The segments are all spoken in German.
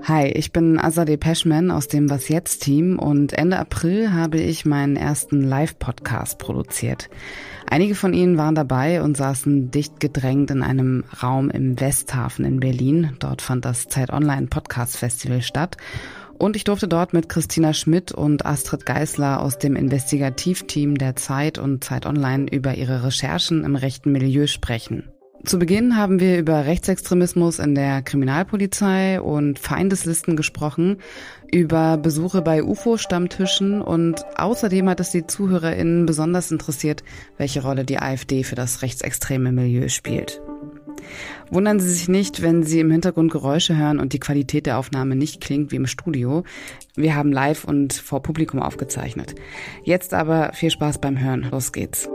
Hi, ich bin Azadeh Peschman aus dem Was Jetzt Team und Ende April habe ich meinen ersten Live-Podcast produziert. Einige von Ihnen waren dabei und saßen dicht gedrängt in einem Raum im Westhafen in Berlin. Dort fand das Zeit Online Podcast Festival statt. Und ich durfte dort mit Christina Schmidt und Astrid Geisler aus dem Investigativteam der Zeit und Zeit Online über ihre Recherchen im rechten Milieu sprechen. Zu Beginn haben wir über Rechtsextremismus in der Kriminalpolizei und Feindeslisten gesprochen, über Besuche bei UFO-Stammtischen und außerdem hat es die ZuhörerInnen besonders interessiert, welche Rolle die AfD für das rechtsextreme Milieu spielt. Wundern Sie sich nicht, wenn Sie im Hintergrund Geräusche hören und die Qualität der Aufnahme nicht klingt wie im Studio. Wir haben live und vor Publikum aufgezeichnet. Jetzt aber viel Spaß beim Hören. Los geht's.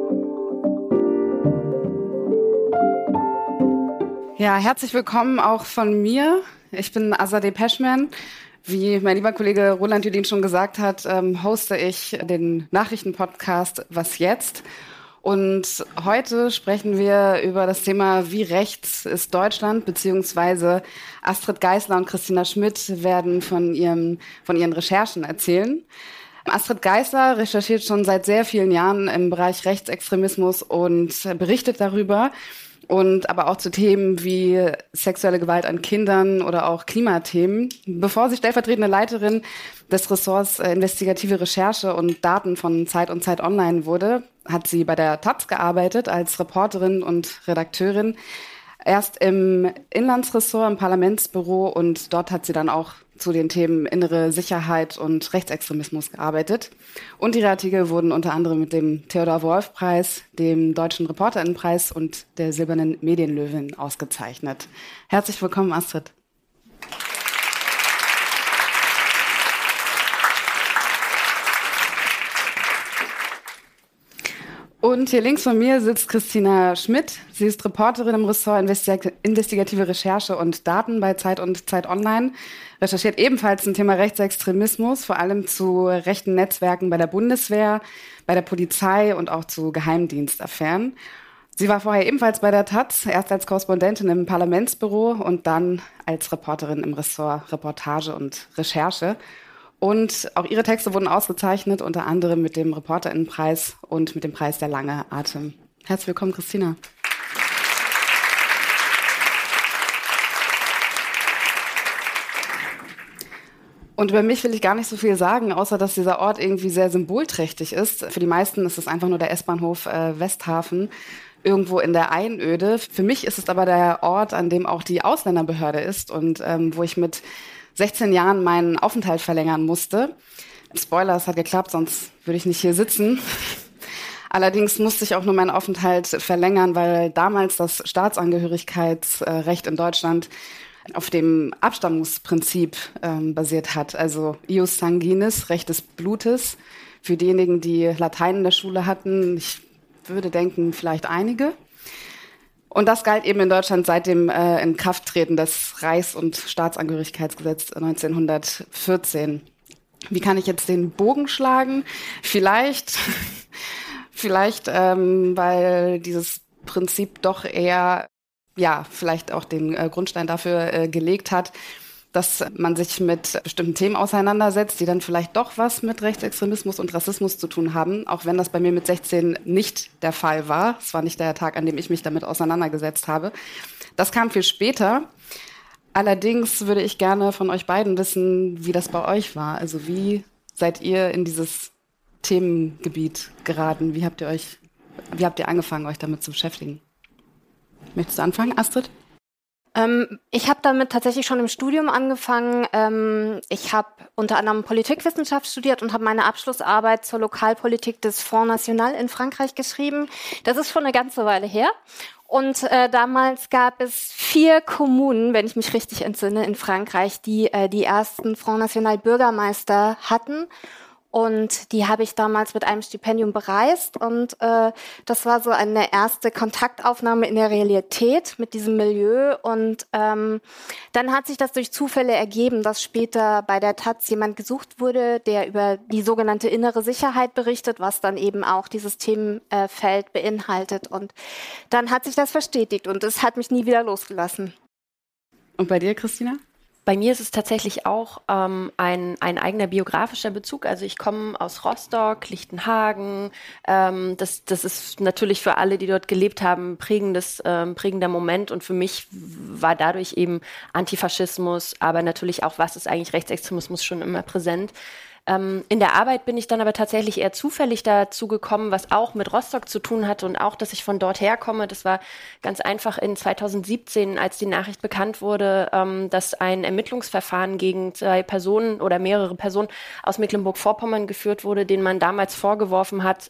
Ja, herzlich willkommen auch von mir. Ich bin Azadeh Peschman. Wie mein lieber Kollege Roland Judin schon gesagt hat, hoste ich den Nachrichtenpodcast Was Jetzt? Und heute sprechen wir über das Thema, wie rechts ist Deutschland, beziehungsweise Astrid Geisler und Christina Schmidt werden von ihren Recherchen erzählen. Astrid Geisler recherchiert schon seit sehr vielen Jahren im Bereich Rechtsextremismus und berichtet darüber. Und aber auch zu Themen wie sexuelle Gewalt an Kindern oder auch Klimathemen. Bevor sie stellvertretende Leiterin des Ressorts Investigative Recherche und Daten von Zeit und Zeit Online wurde, hat sie bei der taz gearbeitet als Reporterin und Redakteurin. Erst im Inlandsressort, im Parlamentsbüro und dort hat sie dann auch zu den Themen innere Sicherheit und Rechtsextremismus gearbeitet. Und ihre Artikel wurden unter anderem mit dem Theodor-Wolf-Preis, dem Deutschen ReporterInnenpreis und der Silbernen Medienlöwin ausgezeichnet. Herzlich willkommen, Astrid. Und hier links von mir sitzt Christina Schmidt. Sie ist Reporterin im Ressort Investigative Recherche und Daten bei Zeit und Zeit Online. Recherchiert ebenfalls zum Thema Rechtsextremismus, vor allem zu rechten Netzwerken bei der Bundeswehr, bei der Polizei und auch zu Geheimdienstaffären. Sie war vorher ebenfalls bei der taz, erst als Korrespondentin im Parlamentsbüro und dann als Reporterin im Ressort Reportage und Recherche. Und auch ihre Texte wurden ausgezeichnet, unter anderem mit dem ReporterInnenpreis und mit dem Preis der Lange Atem. Herzlich willkommen, Christina. Und über mich will ich gar nicht so viel sagen, außer dass dieser Ort irgendwie sehr symbolträchtig ist. Für die meisten ist es einfach nur der S-Bahnhof Westhafen, irgendwo in der Einöde. Für mich ist es aber der Ort, an dem auch die Ausländerbehörde ist und wo ich mit 16 Jahren meinen Aufenthalt verlängern musste. Spoiler, es hat geklappt, sonst würde ich nicht hier sitzen. Allerdings musste ich auch nur meinen Aufenthalt verlängern, weil damals das Staatsangehörigkeitsrecht in Deutschland auf dem Abstammungsprinzip basiert hat. Also ius sanguinis, Recht des Blutes. Für diejenigen, die Latein in der Schule hatten, ich würde denken, vielleicht einige. Und das galt eben in Deutschland seit dem Inkrafttreten des Reichs- und Staatsangehörigkeitsgesetzes 1914. Wie kann ich jetzt den Bogen schlagen? Vielleicht, weil dieses Prinzip doch eher, ja, vielleicht auch den Grundstein dafür gelegt hat, dass man sich mit bestimmten Themen auseinandersetzt, die dann vielleicht doch was mit Rechtsextremismus und Rassismus zu tun haben, auch wenn das bei mir mit 16 nicht der Fall war. Es war nicht der Tag, an dem ich mich damit auseinandergesetzt habe. Das kam viel später. Allerdings würde ich gerne von euch beiden wissen, wie das bei euch war. Also wie seid ihr in dieses Themengebiet geraten? Wie habt ihr angefangen, euch damit zu beschäftigen? Möchtest du anfangen, Astrid? Ich habe damit tatsächlich schon im Studium angefangen. Ich habe unter anderem Politikwissenschaft studiert und habe meine Abschlussarbeit zur Lokalpolitik des Front National in Frankreich geschrieben. Das ist schon eine ganze Weile her. Und damals gab es 4 Kommunen, wenn ich mich richtig entsinne, in Frankreich, die die ersten Front National Bürgermeister hatten. Und die habe ich damals mit einem Stipendium bereist. Und das war so eine erste Kontaktaufnahme in der Realität mit diesem Milieu. Und dann hat sich das durch Zufälle ergeben, dass später bei der taz jemand gesucht wurde, der über die sogenannte innere Sicherheit berichtet, was dann eben auch dieses Themenfeld beinhaltet. Und dann hat sich das verstetigt und es hat mich nie wieder losgelassen. Und bei dir, Christina? Bei mir ist es tatsächlich auch ein eigener biografischer Bezug. Also ich komme aus Rostock, Lichtenhagen. Das ist natürlich für alle, die dort gelebt haben, prägender Moment. Und für mich war dadurch eben Antifaschismus, aber natürlich auch, was ist eigentlich Rechtsextremismus, schon immer präsent. In der Arbeit bin ich dann aber tatsächlich eher zufällig dazu gekommen, was auch mit Rostock zu tun hatte und auch, dass ich von dort herkomme. Das war ganz einfach in 2017, als die Nachricht bekannt wurde, dass ein Ermittlungsverfahren gegen 2 Personen oder mehrere Personen aus Mecklenburg-Vorpommern geführt wurde, denen man damals vorgeworfen hat,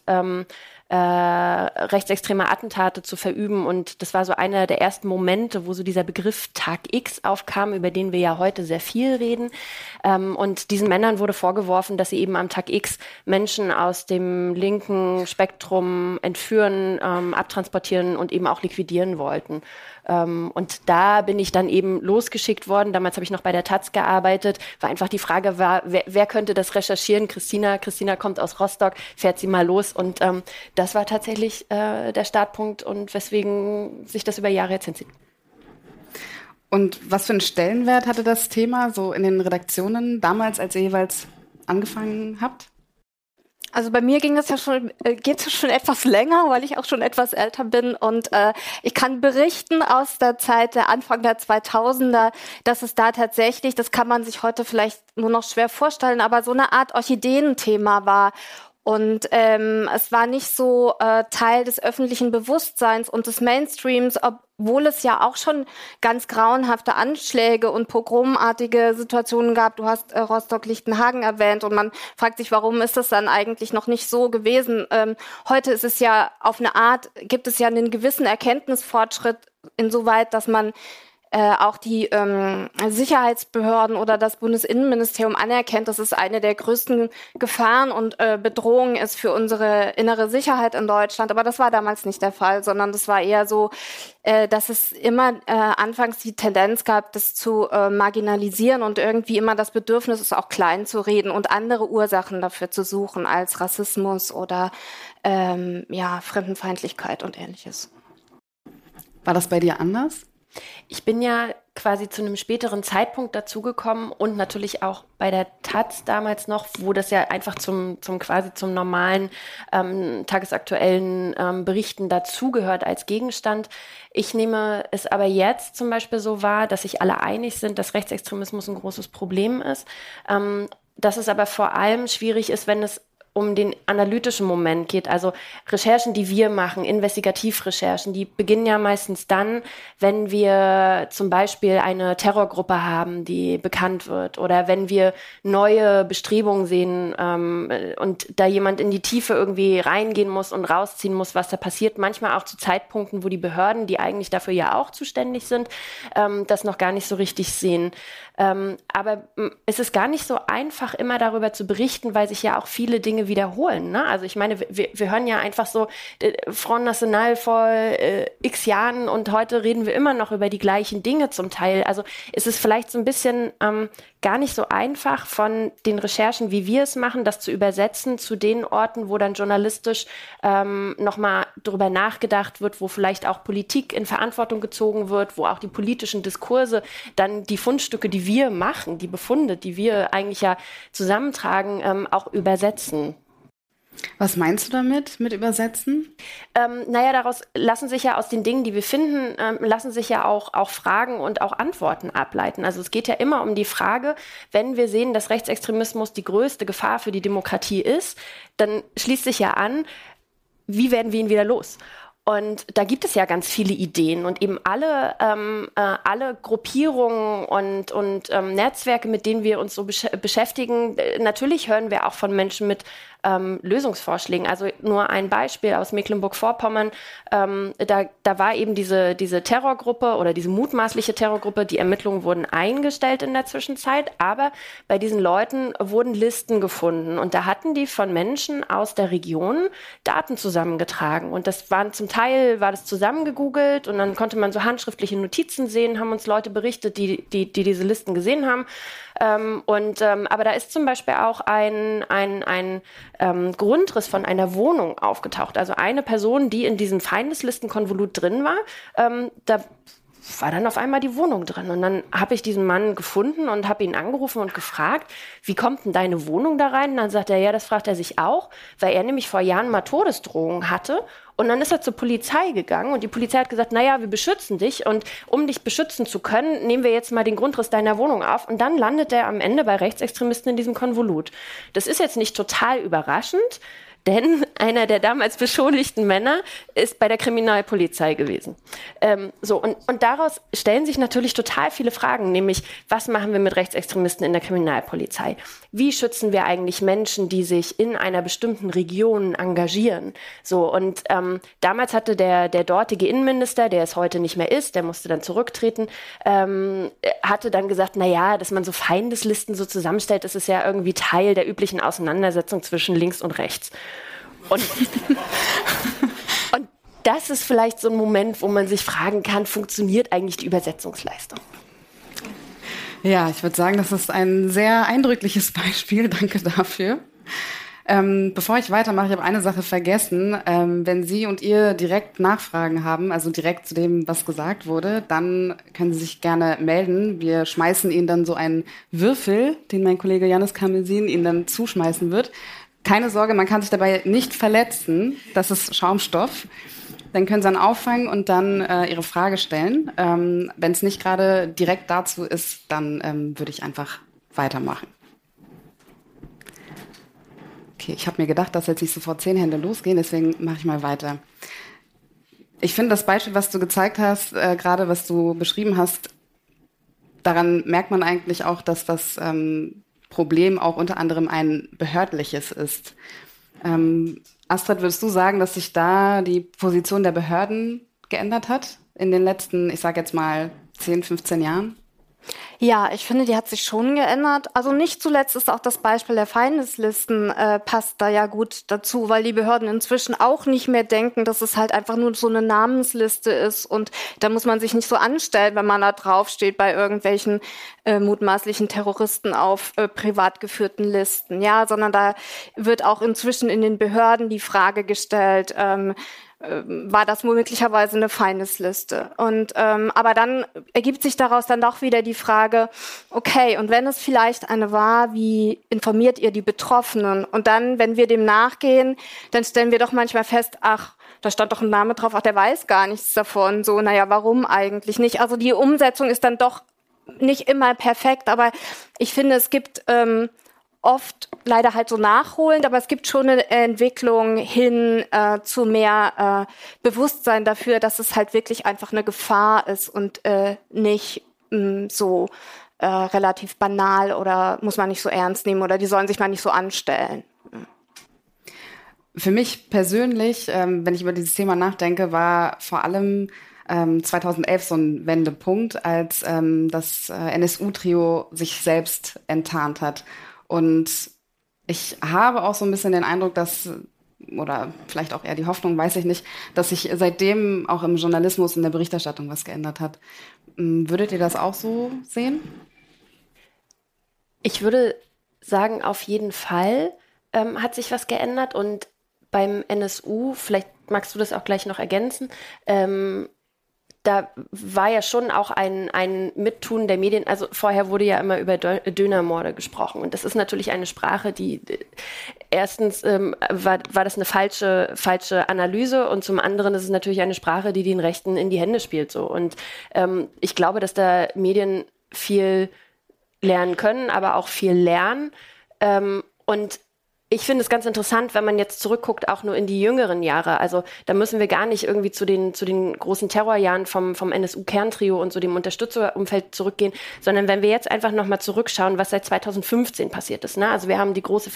rechtsextreme Attentate zu verüben. Und das war so einer der ersten Momente, wo so dieser Begriff Tag X aufkam, über den wir ja heute sehr viel reden. Und diesen Männern wurde vorgeworfen, dass sie eben am Tag X Menschen aus dem linken Spektrum entführen, abtransportieren und eben auch liquidieren wollten. Und da bin ich dann eben losgeschickt worden. Damals habe ich noch bei der Taz gearbeitet, weil einfach die Frage war, wer könnte das recherchieren? Christina kommt aus Rostock, fährt sie mal los. Und das war tatsächlich der Startpunkt und weswegen sich das über Jahre jetzt hinzieht. Und was für einen Stellenwert hatte das Thema so in den Redaktionen damals, als ihr jeweils angefangen habt? Also bei mir geht es ja schon etwas länger, weil ich auch schon etwas älter bin und ich kann berichten aus der Zeit der Anfang der 2000er, dass es da tatsächlich, das kann man sich heute vielleicht nur noch schwer vorstellen, aber so eine Art Orchideenthema war. Und es war nicht so Teil des öffentlichen Bewusstseins und des Mainstreams, obwohl es ja auch schon ganz grauenhafte Anschläge und pogromartige Situationen gab. Du hast Rostock-Lichtenhagen erwähnt und man fragt sich, warum ist das dann eigentlich noch nicht so gewesen? Heute ist es ja auf eine Art, gibt es ja einen gewissen Erkenntnisfortschritt insoweit, dass man auch die Sicherheitsbehörden oder das Bundesinnenministerium anerkennt, dass es eine der größten Gefahren und Bedrohungen ist für unsere innere Sicherheit in Deutschland. Aber das war damals nicht der Fall, sondern das war eher so, dass es immer anfangs die Tendenz gab, das zu marginalisieren und irgendwie immer das Bedürfnis ist, auch klein zu reden und andere Ursachen dafür zu suchen als Rassismus oder Fremdenfeindlichkeit und Ähnliches. War das bei dir anders? Ich bin ja quasi zu einem späteren Zeitpunkt dazugekommen und natürlich auch bei der Taz damals noch, wo das ja einfach zum normalen tagesaktuellen Berichten dazugehört als Gegenstand. Ich nehme es aber jetzt zum Beispiel so wahr, dass sich alle einig sind, dass Rechtsextremismus ein großes Problem ist, dass es aber vor allem schwierig ist, wenn es um den analytischen Moment geht, also Recherchen, die wir machen, Investigativrecherchen, die beginnen ja meistens dann, wenn wir zum Beispiel eine Terrorgruppe haben, die bekannt wird oder wenn wir neue Bestrebungen sehen und da jemand in die Tiefe irgendwie reingehen muss und rausziehen muss, was da passiert, manchmal auch zu Zeitpunkten, wo die Behörden, die eigentlich dafür ja auch zuständig sind, das noch gar nicht so richtig sehen. Aber es ist gar nicht so einfach, immer darüber zu berichten, weil sich ja auch viele Dinge wiederholen. Ne? Also ich meine, wir hören ja einfach so Front National vor x Jahren und heute reden wir immer noch über die gleichen Dinge zum Teil. Also es ist vielleicht so ein bisschen gar nicht so einfach von den Recherchen, wie wir es machen, das zu übersetzen zu den Orten, wo dann journalistisch nochmal drüber nachgedacht wird, wo vielleicht auch Politik in Verantwortung gezogen wird, wo auch die politischen Diskurse dann die Fundstücke, die wir machen, die Befunde, die wir eigentlich ja zusammentragen, auch übersetzen. Was meinst du damit, mit übersetzen? Daraus lassen sich ja aus den Dingen, die wir finden, lassen sich ja auch Fragen und auch Antworten ableiten. Also es geht ja immer um die Frage, wenn wir sehen, dass Rechtsextremismus die größte Gefahr für die Demokratie ist, dann schließt sich ja an, wie werden wir ihn wieder los? Und da gibt es ja ganz viele Ideen und eben alle Gruppierungen und Netzwerke, mit denen wir uns so beschäftigen. Natürlich hören wir auch von Menschen mit Lösungsvorschlägen. Also nur ein Beispiel aus Mecklenburg-Vorpommern. Da war eben diese Terrorgruppe oder diese mutmaßliche Terrorgruppe. Die Ermittlungen wurden eingestellt in der Zwischenzeit, aber bei diesen Leuten wurden Listen gefunden und da hatten die von Menschen aus der Region Daten zusammengetragen und das waren zum Teil war das zusammengegoogelt und dann konnte man so handschriftliche Notizen sehen, haben uns Leute berichtet, die diese Listen gesehen haben. Aber da ist zum Beispiel auch ein Grundriss von einer Wohnung aufgetaucht. Also eine Person, die in diesem Feindeslistenkonvolut drin war, da war dann auf einmal die Wohnung drin. Und dann habe ich diesen Mann gefunden und habe ihn angerufen und gefragt, wie kommt denn deine Wohnung da rein? Und dann sagt er, ja, das fragt er sich auch, weil er nämlich vor Jahren mal Todesdrohungen hatte. Und dann ist er zur Polizei gegangen und die Polizei hat gesagt, naja, wir beschützen dich und um dich beschützen zu können, nehmen wir jetzt mal den Grundriss deiner Wohnung auf. Und dann landet er am Ende bei Rechtsextremisten in diesem Konvolut. Das ist jetzt nicht total überraschend, denn einer der damals beschuldigten Männer ist bei der Kriminalpolizei gewesen. Und daraus stellen sich natürlich total viele Fragen, nämlich, was machen wir mit Rechtsextremisten in der Kriminalpolizei? Wie schützen wir eigentlich Menschen, die sich in einer bestimmten Region engagieren? Damals hatte der dortige Innenminister, der es heute nicht mehr ist, der musste dann zurücktreten, hatte dann gesagt, naja, dass man so Feindeslisten so zusammenstellt, das ist ja irgendwie Teil der üblichen Auseinandersetzung zwischen links und rechts. Und das ist vielleicht so ein Moment, wo man sich fragen kann, funktioniert eigentlich die Übersetzungsleistung? Ja, ich würde sagen, das ist ein sehr eindrückliches Beispiel. Danke dafür. Bevor ich weitermache, ich habe eine Sache vergessen. Wenn Sie und ihr direkt Nachfragen haben, also direkt zu dem, was gesagt wurde, dann können Sie sich gerne melden. Wir schmeißen Ihnen dann so einen Würfel, den mein Kollege Janis Karmesin Ihnen dann zuschmeißen wird. Keine Sorge, man kann sich dabei nicht verletzen. Das ist Schaumstoff. Dann können Sie dann auffangen und dann Ihre Frage stellen. Wenn es nicht gerade direkt dazu ist, dann würde ich einfach weitermachen. Okay, ich habe mir gedacht, dass jetzt nicht sofort 10 Hände losgehen, deswegen mache ich mal weiter. Ich finde das Beispiel, was du gezeigt hast, gerade was du beschrieben hast, daran merkt man eigentlich auch, dass das Problem auch unter anderem ein behördliches ist. Astrid, würdest du sagen, dass sich da die Position der Behörden geändert hat in den letzten, ich sage jetzt mal 10, 15 Jahren? Ja, ich finde, die hat sich schon geändert. Also nicht zuletzt ist auch das Beispiel der Feindeslisten passt da ja gut dazu, weil die Behörden inzwischen auch nicht mehr denken, dass es halt einfach nur so eine Namensliste ist und da muss man sich nicht so anstellen, wenn man da draufsteht bei irgendwelchen mutmaßlichen Terroristen auf privat geführten Listen, ja, sondern da wird auch inzwischen in den Behörden die Frage gestellt, war das möglicherweise eine Feindesliste. Und aber dann ergibt sich daraus dann doch wieder die Frage, okay, und wenn es vielleicht eine war, wie informiert ihr die Betroffenen? Und dann, wenn wir dem nachgehen, dann stellen wir doch manchmal fest, ach, da stand doch ein Name drauf, ach, der weiß gar nichts davon. So, naja, warum eigentlich nicht? Also die Umsetzung ist dann doch nicht immer perfekt, aber ich finde, es gibt oft leider halt so nachholend, aber es gibt schon eine Entwicklung hin zu mehr Bewusstsein dafür, dass es halt wirklich einfach eine Gefahr ist und nicht so relativ banal oder muss man nicht so ernst nehmen oder die sollen sich mal nicht so anstellen. Für mich persönlich, wenn ich über dieses Thema nachdenke, war vor allem 2011 so ein Wendepunkt, als das NSU-Trio sich selbst enttarnt hat. Und ich habe auch so ein bisschen den Eindruck, dass, oder vielleicht auch eher die Hoffnung, weiß ich nicht, dass sich seitdem auch im Journalismus, in der Berichterstattung was geändert hat. Würdet ihr das auch so sehen? Ich würde sagen, auf jeden Fall hat sich was geändert. Und beim NSU, vielleicht magst du das auch gleich noch ergänzen, da war ja schon auch ein Mittun der Medien. Also vorher wurde ja immer über Dönermorde gesprochen. Und das ist natürlich eine Sprache, die erstens war das eine falsche Analyse und zum anderen ist es natürlich eine Sprache, die den Rechten in die Hände spielt. So. Und ich glaube, dass da Medien viel lernen können, aber auch viel lernen. Und ich finde es ganz interessant, wenn man jetzt zurückguckt, auch nur in die jüngeren Jahre. Also da müssen wir gar nicht irgendwie zu den großen Terrorjahren vom NSU-Kerntrio und so dem Unterstützerumfeld zurückgehen, sondern wenn wir jetzt einfach nochmal zurückschauen, was seit 2015 passiert ist. Ne? Also wir haben die große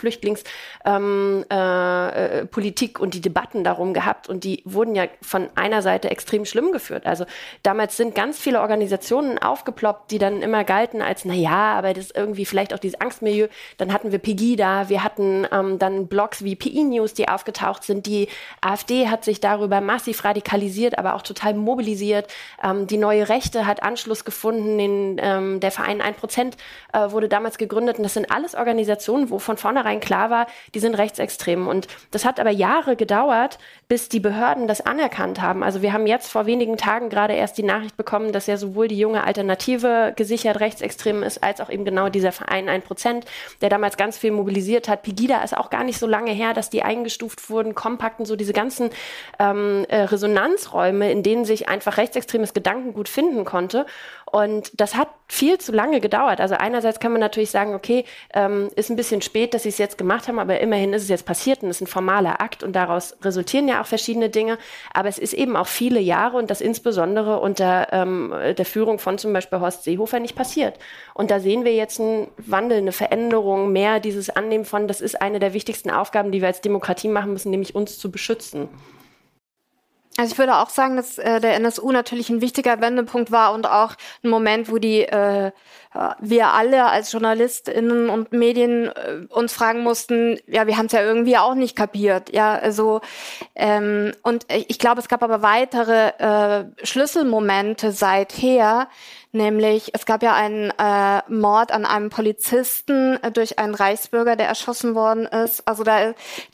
Flüchtlingspolitik und die Debatten darum gehabt und die wurden ja von einer Seite extrem schlimm geführt. Also damals sind ganz viele Organisationen aufgeploppt, die dann immer galten als, naja, aber das ist irgendwie vielleicht auch dieses Angstmilieu. Dann hatten wir Pegida, wir hatten dann Blogs wie PI News, die aufgetaucht sind. Die AfD hat sich darüber massiv radikalisiert, aber auch total mobilisiert. Die Neue Rechte hat Anschluss gefunden. Der Verein 1% wurde damals gegründet. Und das sind alles Organisationen, wo von vornherein klar war, die sind rechtsextrem. Und das hat aber Jahre gedauert, bis die Behörden das anerkannt haben. Also wir haben jetzt vor wenigen Tagen gerade erst die Nachricht bekommen, dass ja sowohl die junge Alternative gesichert rechtsextrem ist, als auch eben genau dieser Verein 1%, der damals ganz viel mobilisiert hat. Pegida ist auch gar nicht so lange her, dass die eingestuft wurden, Kompakt und so diese ganzen Resonanzräume, in denen sich einfach rechtsextremes Gedankengut finden konnte. Und das hat viel zu lange gedauert. Also einerseits kann man natürlich sagen, okay, ist ein bisschen spät, dass sie es jetzt gemacht haben, aber immerhin ist es jetzt passiert und es ist ein formaler Akt und daraus resultieren ja auch verschiedene Dinge. Aber es ist eben auch viele Jahre und das insbesondere unter der Führung von zum Beispiel Horst Seehofer nicht passiert. Und da sehen wir jetzt einen Wandel, eine Veränderung, mehr dieses Annehmen von, das ist eine der wichtigsten Aufgaben, die wir als Demokratie machen müssen, nämlich uns zu beschützen. Also ich würde auch sagen, dass der NSU natürlich ein wichtiger Wendepunkt war und auch ein Moment, wo wir alle als JournalistInnen und Medien uns fragen mussten, ja, wir haben es ja irgendwie auch nicht kapiert, ja, also und ich glaube, es gab aber weitere Schlüsselmomente seither, nämlich es gab ja einen Mord an einem Polizisten durch einen Reichsbürger, der erschossen worden ist. Also da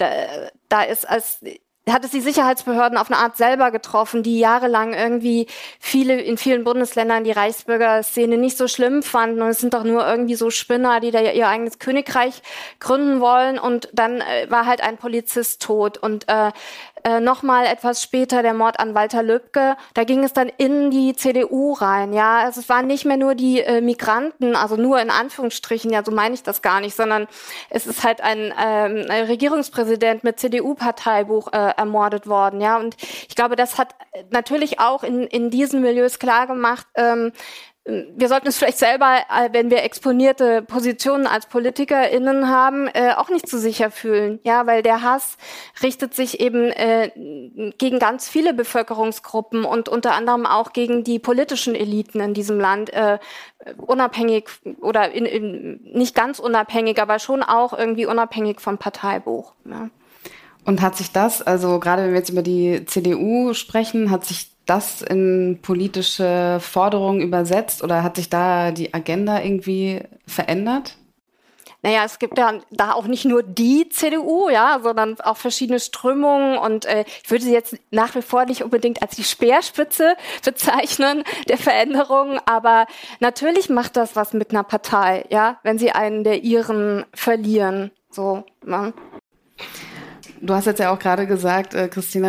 hat es die Sicherheitsbehörden auf eine Art selber getroffen, die jahrelang irgendwie in vielen Bundesländern die Reichsbürgerszene nicht so schlimm fanden und es sind doch nur irgendwie so Spinner, die da ihr eigenes Königreich gründen wollen und dann war halt ein Polizist tot und nochmal etwas später der Mord an Walter Lübcke, da ging es dann in die CDU rein, ja, also es waren nicht mehr nur die Migranten, also nur in Anführungsstrichen, ja, so meine ich das gar nicht, sondern es ist halt ein Regierungspräsident mit CDU-Parteibuch ermordet worden, ja, und ich glaube, das hat natürlich auch in diesen Milieus klar gemacht, wir sollten es vielleicht selber, wenn wir exponierte Positionen als PolitikerInnen haben, auch nicht zu sicher fühlen. Ja, weil der Hass richtet sich eben gegen ganz viele Bevölkerungsgruppen und unter anderem auch gegen die politischen Eliten in diesem Land, unabhängig oder nicht ganz unabhängig, aber schon auch irgendwie unabhängig vom Parteibuch. Ja. Und hat sich das, also gerade wenn wir jetzt über die CDU sprechen, hat sich das in politische Forderungen übersetzt oder hat sich da die Agenda irgendwie verändert? Naja, es gibt ja da auch nicht nur die CDU, ja, sondern auch verschiedene Strömungen und ich würde sie jetzt nach wie vor nicht unbedingt als die Speerspitze bezeichnen der Veränderungen, aber natürlich macht das was mit einer Partei, ja, wenn sie einen der ihren verlieren, so, ja. Du hast jetzt ja auch gerade gesagt, Christina,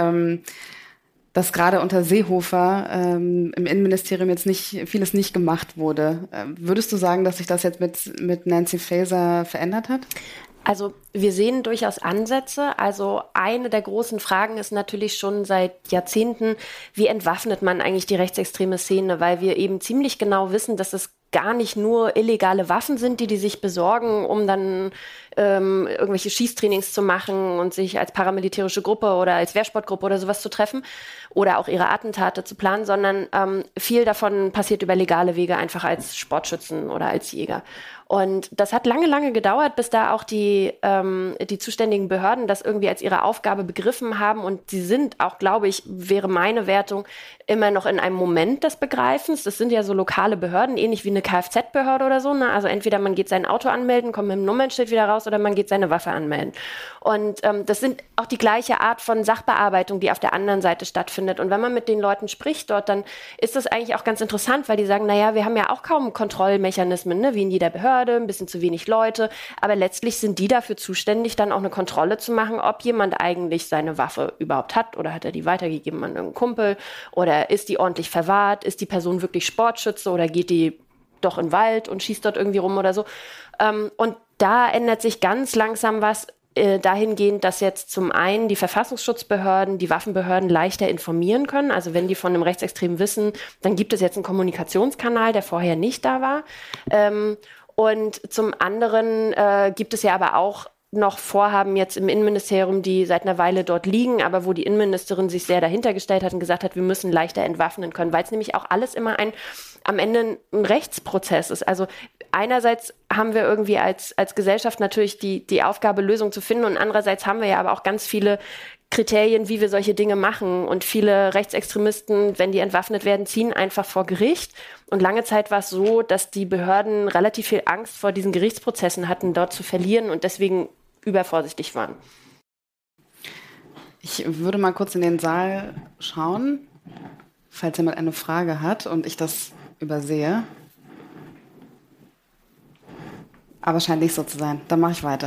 dass gerade unter Seehofer im Innenministerium jetzt vieles nicht gemacht wurde. Würdest du sagen, dass sich das jetzt mit Nancy Faeser verändert hat? Also wir sehen durchaus Ansätze. Also eine der großen Fragen ist natürlich schon seit Jahrzehnten, wie entwaffnet man eigentlich die rechtsextreme Szene? Weil wir eben ziemlich genau wissen, dass es gar nicht nur illegale Waffen sind, die sich besorgen, um dann irgendwelche Schießtrainings zu machen und sich als paramilitärische Gruppe oder als Wehrsportgruppe oder sowas zu treffen oder auch ihre Attentate zu planen, sondern viel davon passiert über legale Wege, einfach als Sportschützen oder als Jäger. Und das hat lange, lange gedauert, bis da auch die zuständigen Behörden das irgendwie als ihre Aufgabe begriffen haben. Und sie sind auch, glaube ich, wäre meine Wertung, immer noch in einem Moment des Begreifens. Das sind ja so lokale Behörden, ähnlich wie eine Kfz-Behörde oder so. Ne? Also entweder man geht sein Auto anmelden, kommt mit dem Nummernschild wieder raus oder man geht seine Waffe anmelden. Und das sind auch die gleiche Art von Sachbearbeitung, die auf der anderen Seite stattfindet. Und wenn man mit den Leuten spricht dort, dann ist das eigentlich auch ganz interessant, weil die sagen, naja, wir haben ja auch kaum Kontrollmechanismen, ne? Wie in jeder Behörde, ein bisschen zu wenig Leute. Aber letztlich sind die dafür zuständig, dann auch eine Kontrolle zu machen, ob jemand eigentlich seine Waffe überhaupt hat oder hat er die weitergegeben an irgendeinen Kumpel oder ist die ordentlich verwahrt, ist die Person wirklich Sportschütze oder geht die doch in den Wald und schießt dort irgendwie rum oder so. Und da ändert sich ganz langsam was dahingehend, dass jetzt zum einen die Verfassungsschutzbehörden, die Waffenbehörden leichter informieren können. Also wenn die von einem Rechtsextremen wissen, dann gibt es jetzt einen Kommunikationskanal, der vorher nicht da war. Und zum anderen gibt es ja aber auch noch Vorhaben jetzt im Innenministerium, die seit einer Weile dort liegen, aber wo die Innenministerin sich sehr dahinter gestellt hat und gesagt hat, wir müssen leichter entwaffnen können, weil es nämlich auch alles immer am Ende ein Rechtsprozess ist. Also einerseits haben wir irgendwie als Gesellschaft natürlich die Aufgabe, Lösungen zu finden, und andererseits haben wir ja aber auch ganz viele Kriterien, wie wir solche Dinge machen. Und viele Rechtsextremisten, wenn die entwaffnet werden, ziehen einfach vor Gericht. Und lange Zeit war es so, dass die Behörden relativ viel Angst vor diesen Gerichtsprozessen hatten, dort zu verlieren und deswegen übervorsichtig waren. Ich würde mal kurz in den Saal schauen, falls jemand eine Frage hat und ich das übersehe. Aber scheint nicht so zu sein. Dann mache ich weiter.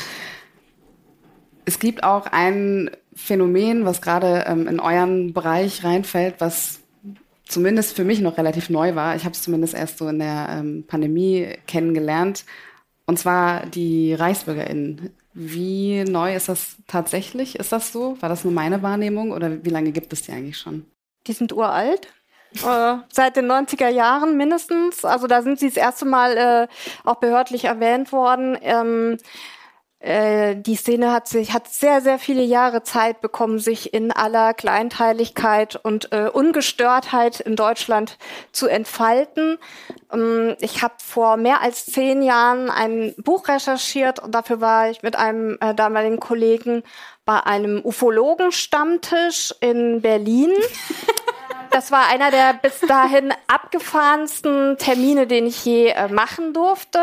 Es gibt auch ein Phänomen, was gerade in euren Bereich reinfällt, was zumindest für mich noch relativ neu war. Ich habe es zumindest erst so in der Pandemie kennengelernt. Und zwar die ReichsbürgerInnen. Wie neu ist das tatsächlich? Ist das so? War das nur meine Wahrnehmung oder wie lange gibt es die eigentlich schon? Die sind uralt. Seit den 90er Jahren mindestens. Also da sind sie das erste Mal auch behördlich erwähnt worden. Die Szene hat sehr, sehr viele Jahre Zeit bekommen, sich in aller Kleinteiligkeit und Ungestörtheit in Deutschland zu entfalten. Ich habe vor mehr als 10 Jahren ein Buch recherchiert und dafür war ich mit einem damaligen Kollegen bei einem Ufologen-Stammtisch in Berlin. Das war einer der bis dahin abgefahrensten Termine, den ich je machen durfte.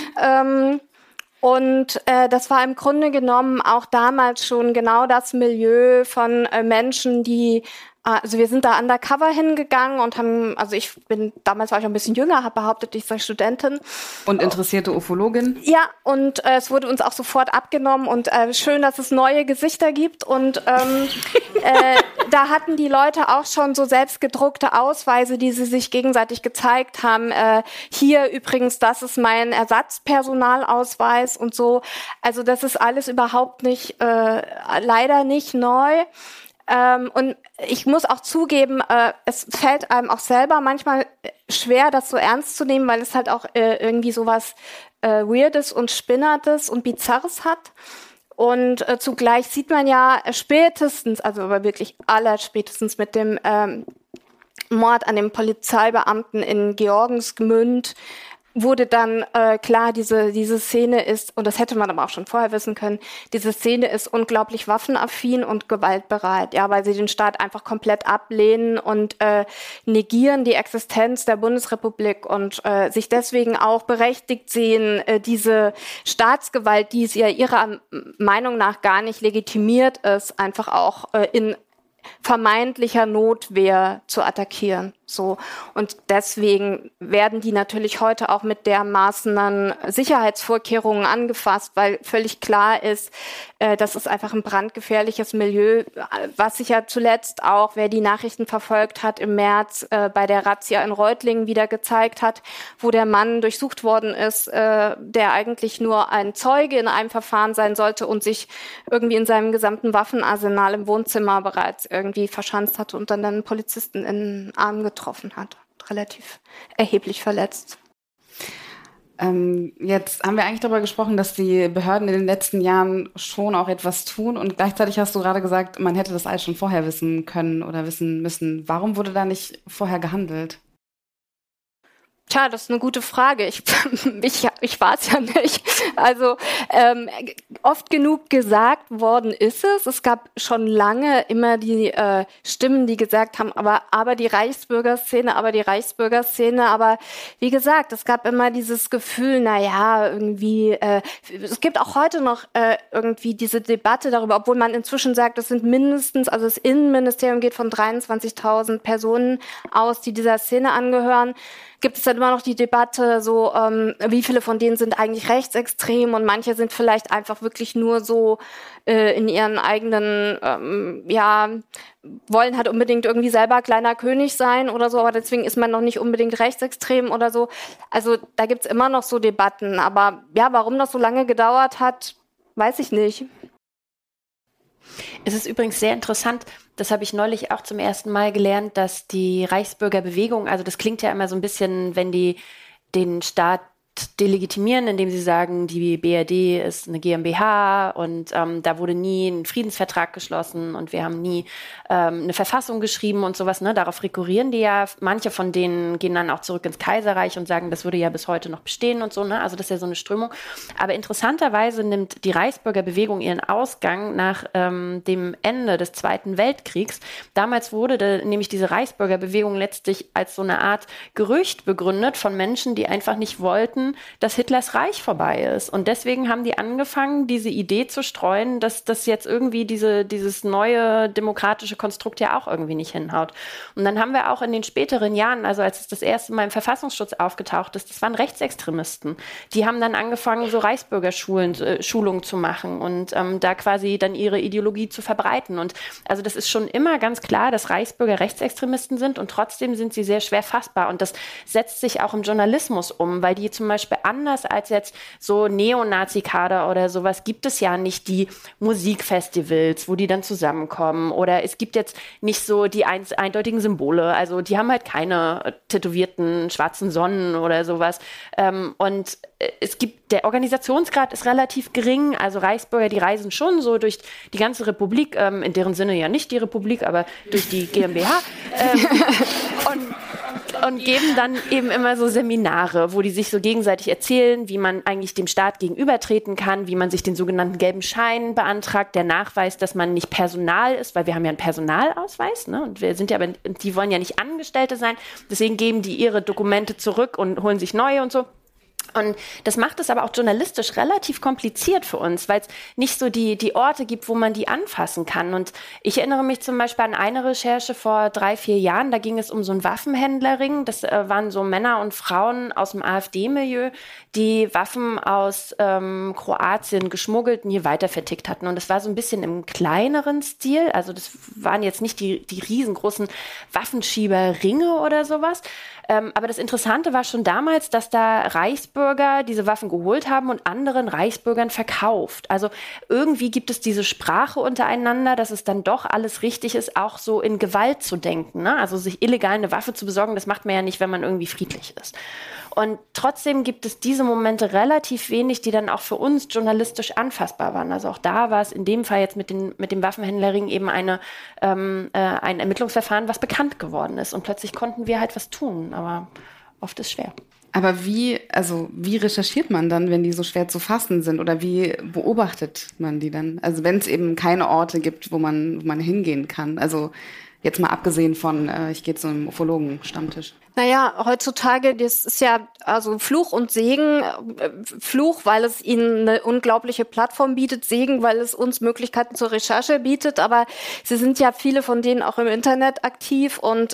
Und das war im Grunde genommen auch damals schon genau das Milieu von Menschen, die, also wir sind da undercover hingegangen und haben, damals war ich ein bisschen jünger, habe behauptet, ich sei Studentin. Und interessierte Ufologin? Ja, und es wurde uns auch sofort abgenommen und schön, dass es neue Gesichter gibt. Und da hatten die Leute auch schon so selbstgedruckte Ausweise, die sie sich gegenseitig gezeigt haben. Hier übrigens, das ist mein Ersatzpersonalausweis und so. Also das ist alles überhaupt nicht, leider nicht neu. Und ich muss auch zugeben, es fällt einem auch selber manchmal schwer, das so ernst zu nehmen, weil es halt auch irgendwie sowas Weirdes und Spinnertes und Bizarres hat. Und zugleich sieht man ja spätestens, also aber wirklich allerspätestens mit dem Mord an dem Polizeibeamten in Georgensgmünd, wurde dann klar, diese Szene ist, und das hätte man aber auch schon vorher wissen können, diese Szene ist unglaublich waffenaffin und gewaltbereit, ja, weil sie den Staat einfach komplett ablehnen und negieren die Existenz der Bundesrepublik und sich deswegen auch berechtigt sehen, diese Staatsgewalt, die es ja ihrer Meinung nach gar nicht legitimiert ist, einfach auch in vermeintlicher Notwehr zu attackieren. So. Und deswegen werden die natürlich heute auch mit dermaßenen Sicherheitsvorkehrungen angefasst, weil völlig klar ist, das ist einfach ein brandgefährliches Milieu, was sich ja zuletzt auch, wer die Nachrichten verfolgt hat, im März bei der Razzia in Reutlingen wieder gezeigt hat, wo der Mann durchsucht worden ist, der eigentlich nur ein Zeuge in einem Verfahren sein sollte und sich irgendwie in seinem gesamten Waffenarsenal im Wohnzimmer bereits irgendwie verschanzt hatte und dann einen Polizisten in den Arm getroffen hat. Relativ erheblich verletzt. Jetzt haben wir eigentlich darüber gesprochen, dass die Behörden in den letzten Jahren schon auch etwas tun und gleichzeitig hast du gerade gesagt, man hätte das alles schon vorher wissen können oder wissen müssen. Warum wurde da nicht vorher gehandelt? Tja, das ist eine gute Frage. Ich war es ja nicht. Also oft genug gesagt worden ist es. Es gab schon lange immer die Stimmen, die gesagt haben, aber die Reichsbürgerszene, aber wie gesagt, es gab immer dieses Gefühl, irgendwie, es gibt auch heute noch irgendwie diese Debatte darüber, obwohl man inzwischen sagt, es sind mindestens, also das Innenministerium geht von 23.000 Personen aus, die dieser Szene angehören. Gibt es dann immer noch die Debatte, so wie viele von denen sind eigentlich rechtsextrem und manche sind vielleicht einfach wirklich nur so in ihren eigenen, wollen halt unbedingt irgendwie selber kleiner König sein oder so, aber deswegen ist man noch nicht unbedingt rechtsextrem oder so. Also da gibt's immer noch so Debatten, aber ja, warum das so lange gedauert hat, weiß ich nicht. Es ist übrigens sehr interessant, das habe ich neulich auch zum ersten Mal gelernt, dass die Reichsbürgerbewegung, also das klingt ja immer so ein bisschen, wenn die den Staat Macht delegitimieren, indem sie sagen, die BRD ist eine GmbH und da wurde nie ein Friedensvertrag geschlossen und wir haben nie eine Verfassung geschrieben und sowas. Ne? Darauf rekurrieren die ja. Manche von denen gehen dann auch zurück ins Kaiserreich und sagen, das würde ja bis heute noch bestehen und so. Ne? Also das ist ja so eine Strömung. Aber interessanterweise nimmt die Reichsbürgerbewegung ihren Ausgang nach dem Ende des Zweiten Weltkriegs. Damals wurde nämlich diese Reichsbürgerbewegung letztlich als so eine Art Gerücht begründet von Menschen, die einfach nicht wollten, dass Hitlers Reich vorbei ist. Und deswegen haben die angefangen, diese Idee zu streuen, dass das jetzt irgendwie dieses neue demokratische Konstrukt ja auch irgendwie nicht hinhaut. Und dann haben wir auch in den späteren Jahren, also als es das erste Mal im Verfassungsschutz aufgetaucht ist, das waren Rechtsextremisten. Die haben dann angefangen, so Reichsbürgerschulungen zu machen und da quasi dann ihre Ideologie zu verbreiten. Und also das ist schon immer ganz klar, dass Reichsbürger Rechtsextremisten sind und trotzdem sind sie sehr schwer fassbar. Und das setzt sich auch im Journalismus um, weil die zum Beispiel anders als jetzt so Neonazi-Kader oder sowas gibt es ja nicht die Musikfestivals, wo die dann zusammenkommen, oder es gibt jetzt nicht so die eindeutigen Symbole, also die haben halt keine tätowierten schwarzen Sonnen oder sowas. Und es gibt, der Organisationsgrad ist relativ gering, also Reichsbürger, die reisen schon so durch die ganze Republik, in deren Sinne ja nicht die Republik, aber durch die GmbH und geben dann eben immer so Seminare, wo die sich so gegenseitig erzählen, wie man eigentlich dem Staat gegenübertreten kann, wie man sich den sogenannten gelben Schein beantragt, der nachweist, dass man nicht Personal ist, weil wir haben ja einen Personalausweis, ne? Und wir sind ja, aber die wollen ja nicht Angestellte sein, deswegen geben die ihre Dokumente zurück und holen sich neue und so. Und das macht es aber auch journalistisch relativ kompliziert für uns, weil es nicht so die Orte gibt, wo man die anfassen kann. Und ich erinnere mich zum Beispiel an eine Recherche vor 3-4 Jahren, da ging es um so einen Waffenhändlerring. Das waren so Männer und Frauen aus dem AfD-Milieu, die Waffen aus Kroatien geschmuggelt und hier weiter vertickt hatten. Und das war so ein bisschen im kleineren Stil. Also das waren jetzt nicht die riesengroßen Waffenschieberringe oder sowas. Aber das Interessante war schon damals, dass da Reichsbürger diese Waffen geholt haben und anderen Reichsbürgern verkauft. Also irgendwie gibt es diese Sprache untereinander, dass es dann doch alles richtig ist, auch so in Gewalt zu denken. Ne? Also sich illegal eine Waffe zu besorgen, das macht man ja nicht, wenn man irgendwie friedlich ist. Und trotzdem gibt es diese Momente relativ wenig, die dann auch für uns journalistisch anfassbar waren. Also auch da war es in dem Fall jetzt mit dem Waffenhändlerring eben ein Ermittlungsverfahren, was bekannt geworden ist. Und plötzlich konnten wir halt was tun, aber oft ist schwer. Aber wie recherchiert man dann, wenn die so schwer zu fassen sind? Oder wie beobachtet man die dann? Also wenn es eben keine Orte gibt, wo man hingehen kann. Also jetzt mal abgesehen von, ich gehe zu einem Ufologen-Stammtisch. Naja, heutzutage, das ist ja also Fluch und Segen. Fluch, weil es ihnen eine unglaubliche Plattform bietet, Segen, weil es uns Möglichkeiten zur Recherche bietet. Aber sie sind ja viele von denen auch im Internet aktiv und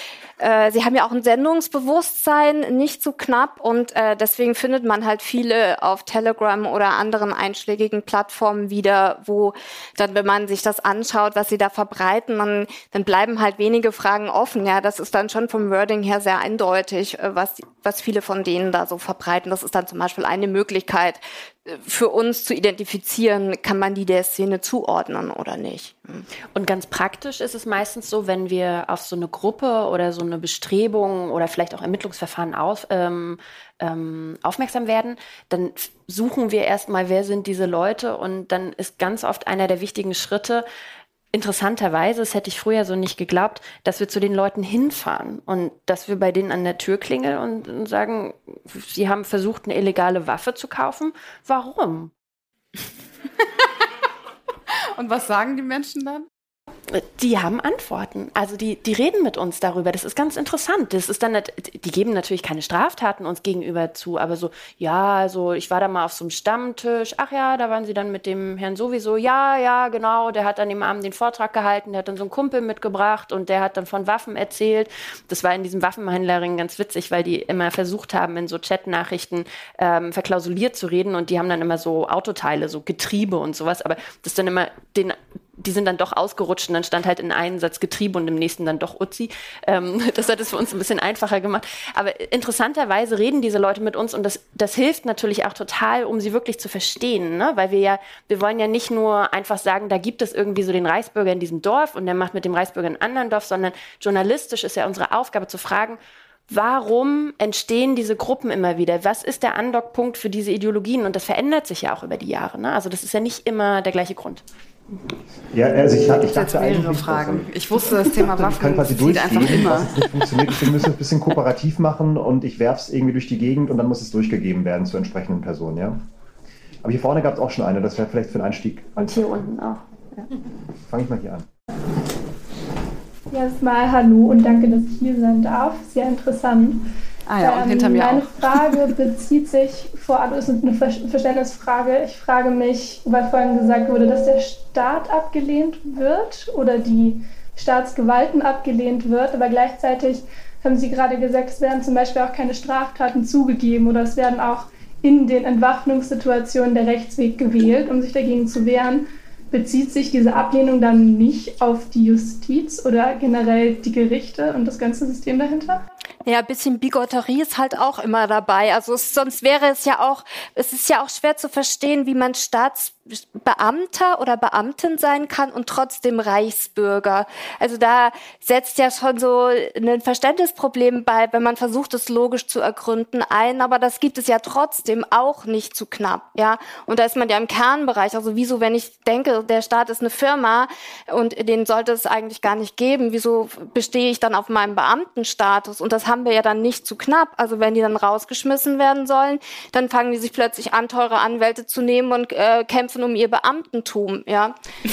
sie haben ja auch ein Sendungsbewusstsein, nicht zu knapp, und deswegen findet man halt viele auf Telegram oder anderen einschlägigen Plattformen wieder, wo dann, wenn man sich das anschaut, was sie da verbreiten, dann bleiben halt wenige Fragen offen. Ja, das ist dann schon vom Wording her sehr eindeutig, was viele von denen da so verbreiten. Das ist dann zum Beispiel eine Möglichkeit für uns zu identifizieren, kann man die der Szene zuordnen oder nicht. Und ganz praktisch ist es meistens so, wenn wir auf so eine Gruppe oder so eine Bestrebung oder vielleicht auch Ermittlungsverfahren aufmerksam werden, dann suchen wir erstmal, wer sind diese Leute, und dann ist ganz oft einer der wichtigen Schritte, interessanterweise, das hätte ich früher so nicht geglaubt, dass wir zu den Leuten hinfahren und dass wir bei denen an der Tür klingeln und sagen, sie haben versucht, eine illegale Waffe zu kaufen. Warum? Und was sagen die Menschen dann? Die haben Antworten. Also die reden mit uns darüber. Das ist ganz interessant. Das ist dann, die geben natürlich keine Straftaten uns gegenüber zu, aber so, ja, also ich war da mal auf so einem Stammtisch. Ach ja, da waren sie dann mit dem Herrn sowieso. Ja, genau. Der hat an dem Abend den Vortrag gehalten. Der hat dann so einen Kumpel mitgebracht und der hat dann von Waffen erzählt. Das war in diesem Waffenhändlerring ganz witzig, weil die immer versucht haben, in so Chatnachrichten verklausuliert zu reden, und die haben dann immer so Autoteile, so Getriebe und sowas, aber das dann immer die sind dann doch ausgerutscht und dann stand halt in einem Satz Getriebe und im nächsten dann doch Uzi. Das hat es für uns ein bisschen einfacher gemacht. Aber interessanterweise reden diese Leute mit uns, und das hilft natürlich auch total, um sie wirklich zu verstehen, ne? Weil wir wollen ja nicht nur einfach sagen, da gibt es irgendwie so den Reichsbürger in diesem Dorf und der macht mit dem Reichsbürger in einem anderen Dorf, sondern journalistisch ist ja unsere Aufgabe zu fragen, warum entstehen diese Gruppen immer wieder? Was ist der Andockpunkt für diese Ideologien? Und das verändert sich ja auch über die Jahre. Ne? Also das ist ja nicht immer der gleiche Grund. Ja, also ich dachte jetzt mehrere Fragen. Ich wusste, das Thema Waffen zieht einfach immer. Was nicht funktioniert. Wir müssen es ein bisschen kooperativ machen und ich werfe es irgendwie durch die Gegend und dann muss es durchgegeben werden zur entsprechenden Person, ja? Aber hier vorne gab es auch schon eine, das wäre vielleicht für einen Einstieg. Und hier unten auch. Ja. Fange ich mal hier an. Erstmal hallo und danke, dass ich hier sein darf. Sehr interessant. Ah ja, und hinter mir meine auch. Frage bezieht sich vor allem, ist eine Verständnisfrage. Ich frage mich, weil vorhin gesagt wurde, dass der Staat abgelehnt wird oder die Staatsgewalten abgelehnt wird, aber gleichzeitig haben Sie gerade gesagt, es werden zum Beispiel auch keine Straftaten zugegeben oder es werden auch in den Entwaffnungssituationen der Rechtsweg gewählt, um sich dagegen zu wehren. Bezieht sich diese Ablehnung dann nicht auf die Justiz oder generell die Gerichte und das ganze System dahinter? Ja, ein bisschen Bigotterie ist halt auch immer dabei. Also sonst wäre es ist ja auch schwer zu verstehen, wie man Staatsbeamter oder Beamtin sein kann und trotzdem Reichsbürger. Also da setzt ja schon so ein Verständnisproblem bei, wenn man versucht, es logisch zu ergründen ein, aber das gibt es ja trotzdem auch nicht zu knapp, ja. Und da ist man ja im Kernbereich. Also wieso, wenn ich denke, der Staat ist eine Firma und den sollte es eigentlich gar nicht geben, wieso bestehe ich dann auf meinem Beamtenstatus? Und das haben wir ja dann nicht zu knapp. Also wenn die dann rausgeschmissen werden sollen, dann fangen die sich plötzlich an, teure Anwälte zu nehmen und kämpfen um ihr Beamtentum, ja.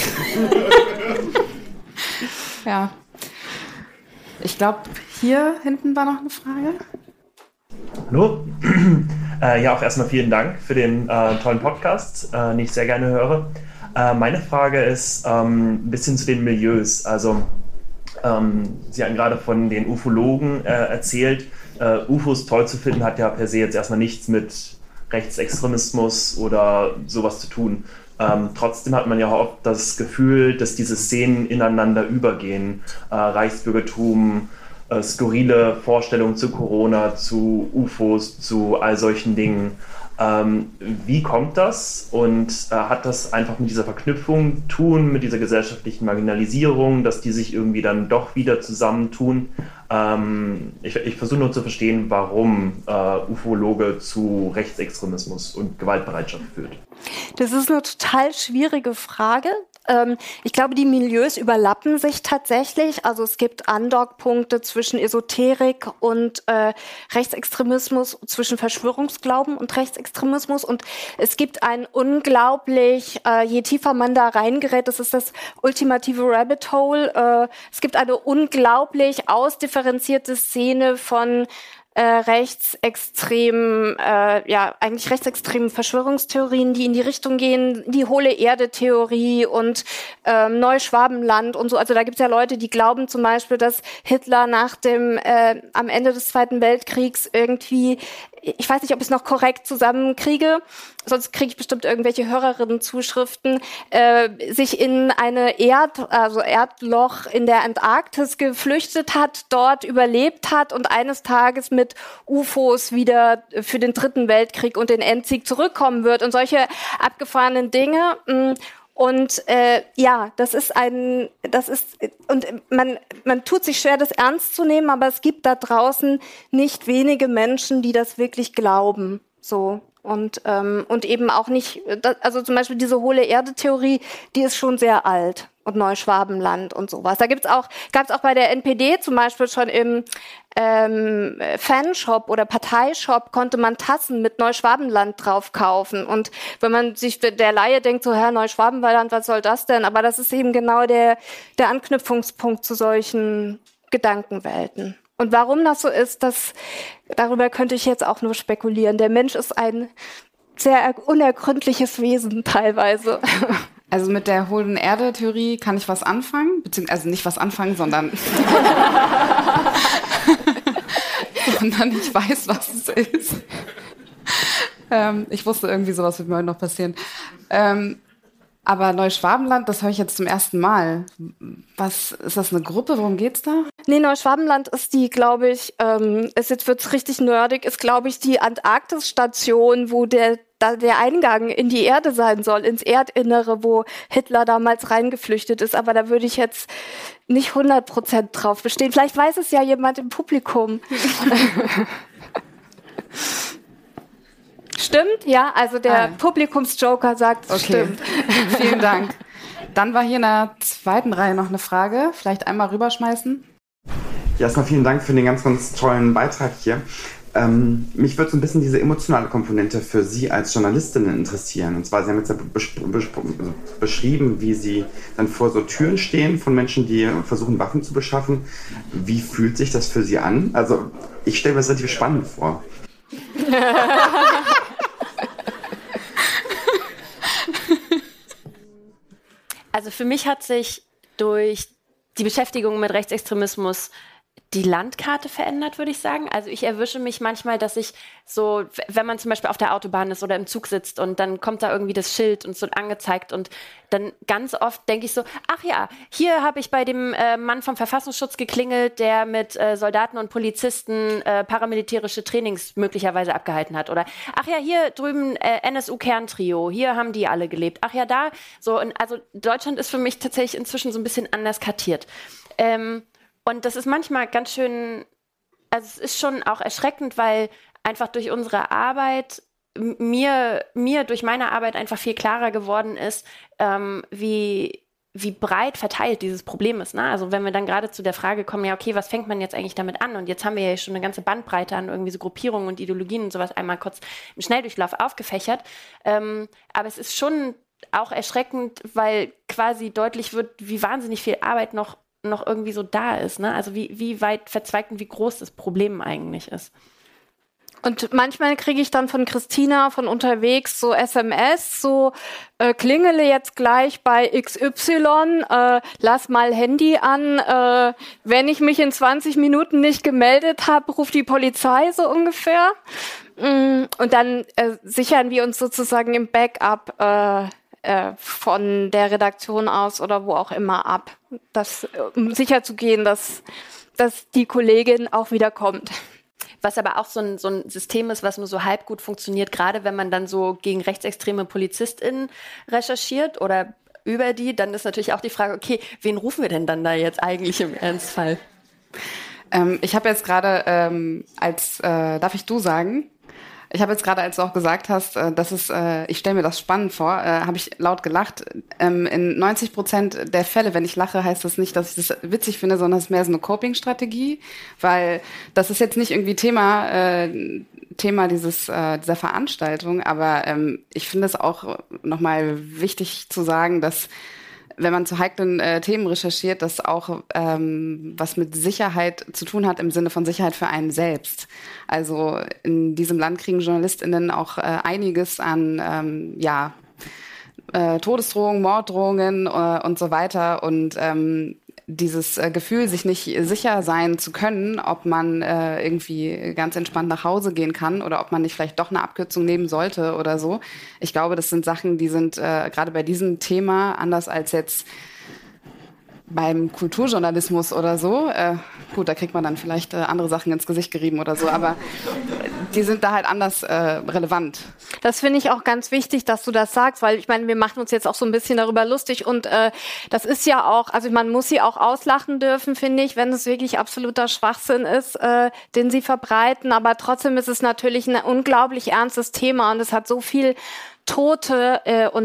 Ja. Ich glaube, hier hinten war noch eine Frage. Hallo. Ja, auch erstmal vielen Dank für den tollen Podcast, den ich sehr gerne höre. Meine Frage ist ein bisschen zu den Milieus. Also Sie haben gerade von den Ufologen erzählt. UFOs toll zu finden hat ja per se jetzt erstmal nichts mit Rechtsextremismus oder sowas zu tun. Trotzdem hat man ja auch das Gefühl, dass diese Szenen ineinander übergehen. Reichsbürgertum, skurrile Vorstellungen zu Corona, zu UFOs, zu all solchen Dingen. Wie kommt das und hat das einfach mit dieser Verknüpfung tun, mit dieser gesellschaftlichen Marginalisierung, dass die sich irgendwie dann doch wieder zusammentun? Ich versuche nur zu verstehen, warum Ufologe zu Rechtsextremismus und Gewaltbereitschaft führt. Das ist eine total schwierige Frage. Ich glaube, die Milieus überlappen sich tatsächlich. Also es gibt Andockpunkte zwischen Esoterik und Rechtsextremismus, zwischen Verschwörungsglauben und Rechtsextremismus. Und es gibt ein unglaublich, je tiefer man da reingerät, das ist das ultimative Rabbit Hole. Es gibt eine unglaublich ausdifferenzierte Szene von rechtsextremen Verschwörungstheorien, die in die Richtung gehen, die hohle Erde-Theorie und Neuschwabenland und so. Also da gibt es ja Leute, die glauben zum Beispiel, dass Hitler am Ende des Zweiten Weltkriegs irgendwie, ich weiß nicht, ob ich es noch korrekt zusammenkriege, sonst kriege ich bestimmt irgendwelche Hörerinnen-Zuschriften, sich in eine Erdloch in der Antarktis geflüchtet hat, dort überlebt hat und eines Tages mit UFOs wieder für den Dritten Weltkrieg und den Endsieg zurückkommen wird und solche abgefahrenen Dinge. Und man tut sich schwer, das ernst zu nehmen, aber es gibt da draußen nicht wenige Menschen, die das wirklich glauben. So. Und eben auch nicht, also zum Beispiel diese hohle Erde-Theorie, die ist schon sehr alt. Und Neuschwabenland und sowas. Da gab's auch bei der NPD zum Beispiel schon im Fanshop oder Parteishop konnte man Tassen mit Neuschwabenland drauf kaufen. Und wenn man sich, der Laie denkt so, Neuschwabenland, was soll das denn? Aber das ist eben genau der Anknüpfungspunkt zu solchen Gedankenwelten. Und warum das so ist, darüber könnte ich jetzt auch nur spekulieren. Der Mensch ist ein sehr unergründliches Wesen teilweise. Also mit der hohlen Erde-Theorie kann ich was anfangen, beziehungsweise nicht was anfangen, sondern ich weiß, was es ist. Ich wusste irgendwie, sowas wird mir heute noch passieren. Aber Neuschwabenland, das höre ich jetzt zum ersten Mal. Was ist das, eine Gruppe? Worum geht's da? Nee, Neuschwabenland ist die, glaube ich, jetzt wird's richtig nerdig, ist, glaube ich, die Antarktisstation, wo der Eingang in die Erde sein soll, ins Erdinnere, wo Hitler damals reingeflüchtet ist. Aber da würde ich jetzt nicht 100% drauf bestehen. Vielleicht weiß es ja jemand im Publikum. Stimmt, ja, also der Publikumsjoker sagt, es stimmt. Vielen Dank. Dann war hier in der zweiten Reihe noch eine Frage. Vielleicht einmal rüberschmeißen. Ja, erstmal vielen Dank für den ganz, ganz tollen Beitrag hier. Mich würde so ein bisschen diese emotionale Komponente für Sie als Journalistin interessieren. Und zwar, Sie haben jetzt ja beschrieben, wie Sie dann vor so Türen stehen von Menschen, die versuchen, Waffen zu beschaffen. Wie fühlt sich das für Sie an? Also, ich stelle mir das relativ spannend vor. Also für mich hat sich durch die Beschäftigung mit Rechtsextremismus die Landkarte verändert, würde ich sagen. Also ich erwische mich manchmal, dass ich so, wenn man zum Beispiel auf der Autobahn ist oder im Zug sitzt und dann kommt da irgendwie das Schild und es wird angezeigt und dann ganz oft denke ich so, ach ja, hier habe ich bei dem Mann vom Verfassungsschutz geklingelt, der mit Soldaten und Polizisten paramilitärische Trainings möglicherweise abgehalten hat. Oder ach ja, hier drüben NSU-Kerntrio, hier haben die alle gelebt. Ach ja, da. So, und also Deutschland ist für mich tatsächlich inzwischen so ein bisschen anders kartiert. Und das ist manchmal ganz schön, also es ist schon auch erschreckend, weil einfach durch unsere Arbeit mir durch meine Arbeit einfach viel klarer geworden ist, wie breit verteilt dieses Problem ist. Ne? Also wenn wir dann gerade zu der Frage kommen, ja okay, was fängt man jetzt eigentlich damit an? Und jetzt haben wir ja schon eine ganze Bandbreite an irgendwie so Gruppierungen und Ideologien und sowas einmal kurz im Schnelldurchlauf aufgefächert. Aber es ist schon auch erschreckend, weil quasi deutlich wird, wie wahnsinnig viel Arbeit noch irgendwie so da ist, ne? Also wie weit verzweigt und wie groß das Problem eigentlich ist. Und manchmal kriege ich dann von Christina von unterwegs so SMS, so klingele jetzt gleich bei XY, lass mal Handy an, wenn ich mich in 20 Minuten nicht gemeldet habe, ruft die Polizei so ungefähr. Und dann sichern wir uns sozusagen im Backup von der Redaktion aus oder wo auch immer ab, um sicher zu gehen, dass die Kollegin auch wieder kommt. Was aber auch so ein System ist, was nur so halb gut funktioniert, gerade wenn man dann so gegen rechtsextreme PolizistInnen recherchiert oder über die, dann ist natürlich auch die Frage, okay, wen rufen wir denn dann da jetzt eigentlich im Ernstfall? Ich habe jetzt gerade darf ich du sagen? Ich habe jetzt gerade, als du auch gesagt hast, ich stelle mir das spannend vor, habe ich laut gelacht. In 90% der Fälle, wenn ich lache, heißt das nicht, dass ich das witzig finde, sondern es ist mehr so eine Coping-Strategie, weil das ist jetzt nicht irgendwie Thema dieser Veranstaltung, aber ich finde es auch nochmal wichtig zu sagen, dass wenn man zu heiklen Themen recherchiert, das auch was mit Sicherheit zu tun hat im Sinne von Sicherheit für einen selbst. Also in diesem Land kriegen JournalistInnen auch einiges an Todesdrohungen, Morddrohungen und so weiter und dieses Gefühl, sich nicht sicher sein zu können, ob man irgendwie ganz entspannt nach Hause gehen kann oder ob man nicht vielleicht doch eine Abkürzung nehmen sollte oder so. Ich glaube, das sind Sachen, die sind gerade bei diesem Thema anders als jetzt beim Kulturjournalismus oder so. Gut, da kriegt man dann vielleicht andere Sachen ins Gesicht gerieben oder so, aber die sind da halt anders relevant. Das finde ich auch ganz wichtig, dass du das sagst, weil ich meine, wir machen uns jetzt auch so ein bisschen darüber lustig und das ist ja auch, also man muss sie auch auslachen dürfen, finde ich, wenn es wirklich absoluter Schwachsinn ist, den sie verbreiten, aber trotzdem ist es natürlich ein unglaublich ernstes Thema und es hat so viel Tote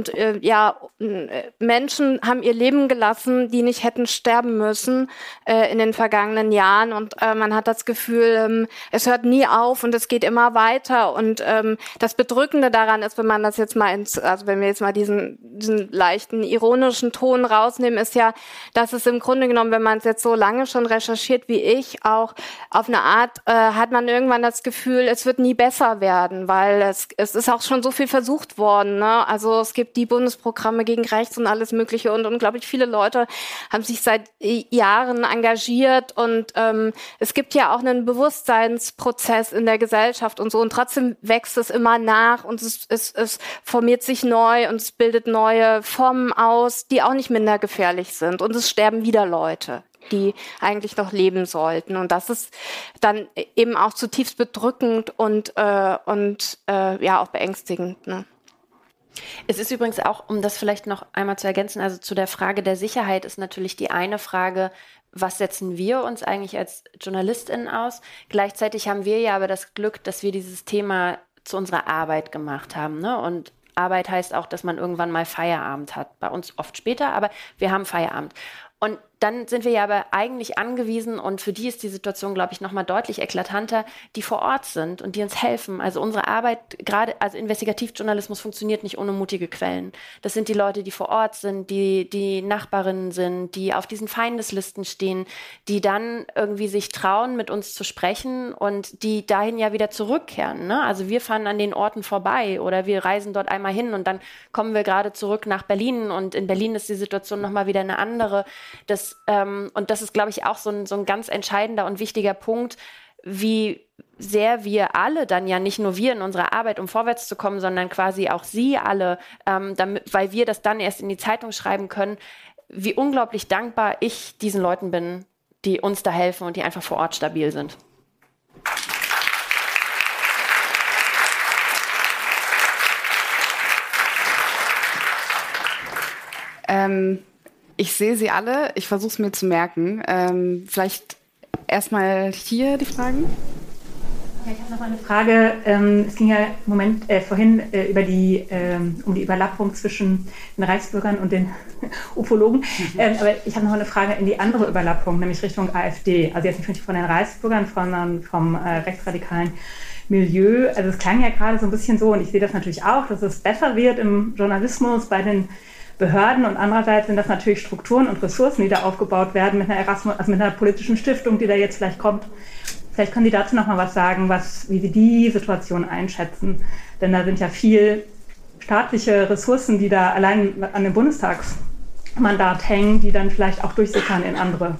Menschen haben ihr Leben gelassen, die nicht hätten sterben müssen in den vergangenen Jahren und man hat das Gefühl, es hört nie auf und es geht immer weiter und das Bedrückende daran ist, wenn man das jetzt mal wenn wir jetzt mal diesen leichten ironischen Ton rausnehmen, ist ja, dass es im Grunde genommen, wenn man es jetzt so lange schon recherchiert wie ich, auch auf eine Art hat man irgendwann das Gefühl, es wird nie besser werden, weil es ist auch schon so viel versucht worden geworden, ne? Also es gibt die Bundesprogramme gegen Rechts und alles Mögliche und unglaublich viele Leute haben sich seit Jahren engagiert und es gibt ja auch einen Bewusstseinsprozess in der Gesellschaft und so und trotzdem wächst es immer nach und es formiert sich neu und es bildet neue Formen aus, die auch nicht minder gefährlich sind und es sterben wieder Leute, die eigentlich noch leben sollten. Und das ist dann eben auch zutiefst bedrückend und ja auch beängstigend. Ne? Es ist übrigens auch, um das vielleicht noch einmal zu ergänzen, also zu der Frage der Sicherheit ist natürlich die eine Frage, was setzen wir uns eigentlich als JournalistInnen aus? Gleichzeitig haben wir ja aber das Glück, dass wir dieses Thema zu unserer Arbeit gemacht haben, ne? Und Arbeit heißt auch, dass man irgendwann mal Feierabend hat. Bei uns oft später, aber wir haben Feierabend. Und dann sind wir ja aber eigentlich angewiesen und für die ist die Situation, glaube ich, nochmal deutlich eklatanter, die vor Ort sind und die uns helfen. Also unsere Arbeit, gerade, also Investigativjournalismus funktioniert nicht ohne mutige Quellen. Das sind die Leute, die vor Ort sind, die Nachbarinnen sind, die auf diesen Feindeslisten stehen, die dann irgendwie sich trauen, mit uns zu sprechen und die dahin ja wieder zurückkehren. Ne? Also wir fahren an den Orten vorbei oder wir reisen dort einmal hin und dann kommen wir gerade zurück nach Berlin und in Berlin ist die Situation nochmal wieder eine andere. Und das ist, glaube ich, auch so ein ganz entscheidender und wichtiger Punkt, wie sehr wir alle dann ja nicht nur wir in unserer Arbeit, um vorwärts zu kommen, sondern quasi auch Sie alle, weil wir das dann erst in die Zeitung schreiben können, wie unglaublich dankbar ich diesen Leuten bin, die uns da helfen und die einfach vor Ort stabil sind. Ich sehe sie alle. Ich versuche es mir zu merken. Vielleicht erstmal hier die Fragen. Ja, ich habe noch mal eine Frage. Es ging ja vorhin um die Überlappung zwischen den Reichsbürgern und den Ufologen. Aber ich habe noch eine Frage in die andere Überlappung, nämlich Richtung AfD. Also jetzt nicht von den Reichsbürgern, sondern vom rechtsradikalen Milieu. Also es klang ja gerade so ein bisschen so, und ich sehe das natürlich auch, dass es besser wird im Journalismus bei den Behörden und andererseits sind das natürlich Strukturen und Ressourcen, die da aufgebaut werden mit einer mit einer politischen Stiftung, die da jetzt vielleicht kommt. Vielleicht können Sie dazu noch mal was sagen, wie Sie die Situation einschätzen. Denn da sind ja viel staatliche Ressourcen, die da allein an dem Bundestagsmandat hängen, die dann vielleicht auch durchsickern in andere.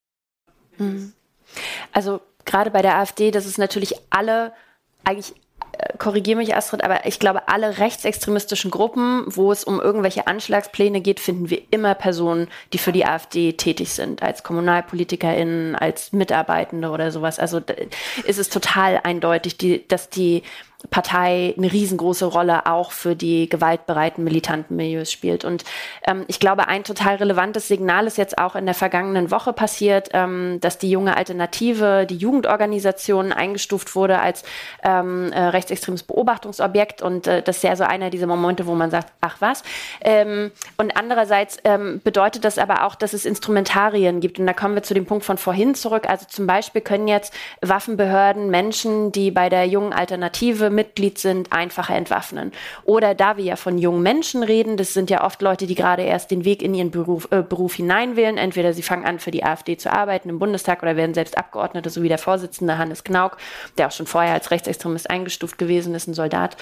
Also gerade bei der AfD, das ist natürlich eigentlich korrigiere mich, Astrid, aber ich glaube, alle rechtsextremistischen Gruppen, wo es um irgendwelche Anschlagspläne geht, finden wir immer Personen, die für die AfD tätig sind, als KommunalpolitikerInnen, als Mitarbeitende oder sowas. Also ist es total eindeutig, dass die Partei eine riesengroße Rolle auch für die gewaltbereiten, militanten Milieus spielt. Und ich glaube, ein total relevantes Signal ist jetzt auch in der vergangenen Woche passiert, dass die junge Alternative, die Jugendorganisation eingestuft wurde als rechtsextremes Beobachtungsobjekt. Und das ist ja so einer dieser Momente, wo man sagt, ach was. Und andererseits bedeutet das aber auch, dass es Instrumentarien gibt. Und da kommen wir zu dem Punkt von vorhin zurück. Also zum Beispiel können jetzt Waffenbehörden Menschen, die bei der jungen Alternative Mitglied sind, einfacher entwaffnen. Oder da wir ja von jungen Menschen reden, das sind ja oft Leute, die gerade erst den Weg in ihren Beruf hineinwählen. Entweder sie fangen an, für die AfD zu arbeiten im Bundestag oder werden selbst Abgeordnete, so wie der Vorsitzende Hannes Knauk, der auch schon vorher als Rechtsextremist eingestuft gewesen ist, ein Soldat.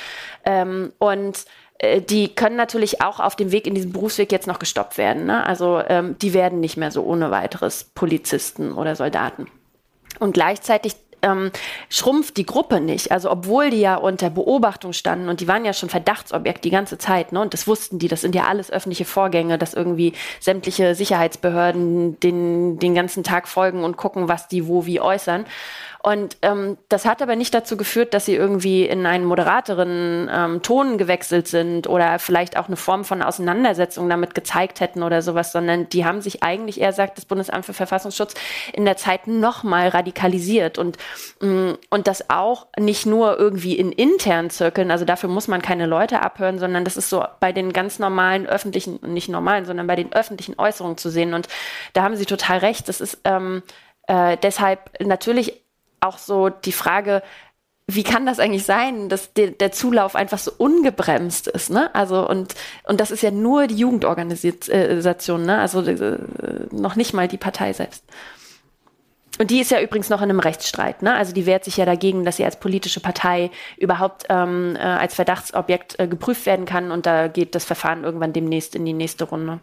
Die können natürlich auch auf dem Weg in diesem Berufsweg jetzt noch gestoppt werden. Ne? Also die werden nicht mehr so ohne weiteres Polizisten oder Soldaten. Und gleichzeitig schrumpft die Gruppe nicht. Also obwohl die ja unter Beobachtung standen und die waren ja schon Verdachtsobjekt die ganze Zeit, ne? Und das wussten die, das sind ja alles öffentliche Vorgänge, dass irgendwie sämtliche Sicherheitsbehörden den ganzen Tag folgen und gucken, was die wo wie äußern. Und das hat aber nicht dazu geführt, dass sie irgendwie in einen moderateren Ton gewechselt sind oder vielleicht auch eine Form von Auseinandersetzung damit gezeigt hätten oder sowas, sondern die haben sich eigentlich, eher sagt das Bundesamt für Verfassungsschutz, in der Zeit nochmal radikalisiert und das auch nicht nur irgendwie in internen Zirkeln, also dafür muss man keine Leute abhören, sondern das ist so bei den ganz normalen öffentlichen, nicht normalen, sondern bei den öffentlichen Äußerungen zu sehen. Und da haben Sie total recht, das ist deshalb natürlich auch so die Frage, wie kann das eigentlich sein, dass der Zulauf einfach so ungebremst ist, ne? Also und das ist ja nur die Jugendorganisation, ne? Also noch nicht mal die Partei selbst. Und die ist ja übrigens noch in einem Rechtsstreit, ne? Also die wehrt sich ja dagegen, dass sie als politische Partei überhaupt als Verdachtsobjekt geprüft werden kann. Und da geht das Verfahren irgendwann demnächst in die nächste Runde.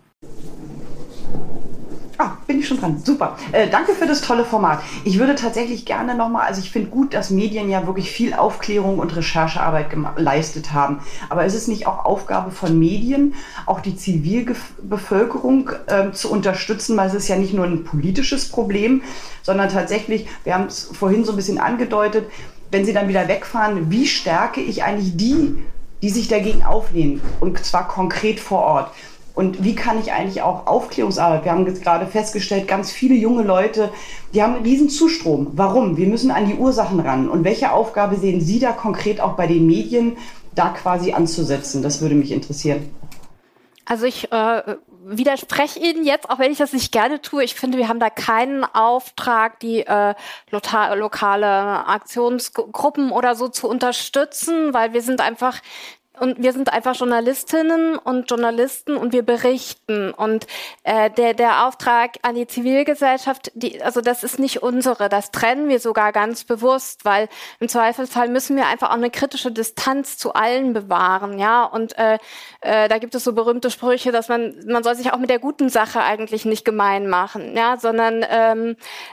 Bin ich schon dran. Super. Danke für das tolle Format. Ich würde tatsächlich gerne nochmal, also ich finde gut, dass Medien ja wirklich viel Aufklärung und Recherchearbeit geleistet haben. Aber ist es nicht auch Aufgabe von Medien, auch die Zivilbevölkerung zu unterstützen, weil es ist ja nicht nur ein politisches Problem, sondern tatsächlich, wir haben es vorhin so ein bisschen angedeutet, wenn sie dann wieder wegfahren, wie stärke ich eigentlich die sich dagegen auflehnen, und zwar konkret vor Ort. Und wie kann ich eigentlich auch Aufklärungsarbeit, wir haben jetzt gerade festgestellt, ganz viele junge Leute, die haben einen riesen Zustrom. Warum? Wir müssen an die Ursachen ran. Und welche Aufgabe sehen Sie da konkret auch bei den Medien, da quasi anzusetzen? Das würde mich interessieren. Also ich widerspreche Ihnen jetzt, auch wenn ich das nicht gerne tue. Ich finde, wir haben da keinen Auftrag, die lokale Aktionsgruppen oder so zu unterstützen, weil wir sind einfach Journalistinnen und Journalisten und wir berichten. Und der Auftrag an die Zivilgesellschaft, also das ist nicht unsere, das trennen wir sogar ganz bewusst, weil im Zweifelsfall müssen wir einfach auch eine kritische Distanz zu allen bewahren, ja. Und da gibt es so berühmte Sprüche, dass man soll sich auch mit der guten Sache eigentlich nicht gemein machen, ja, sondern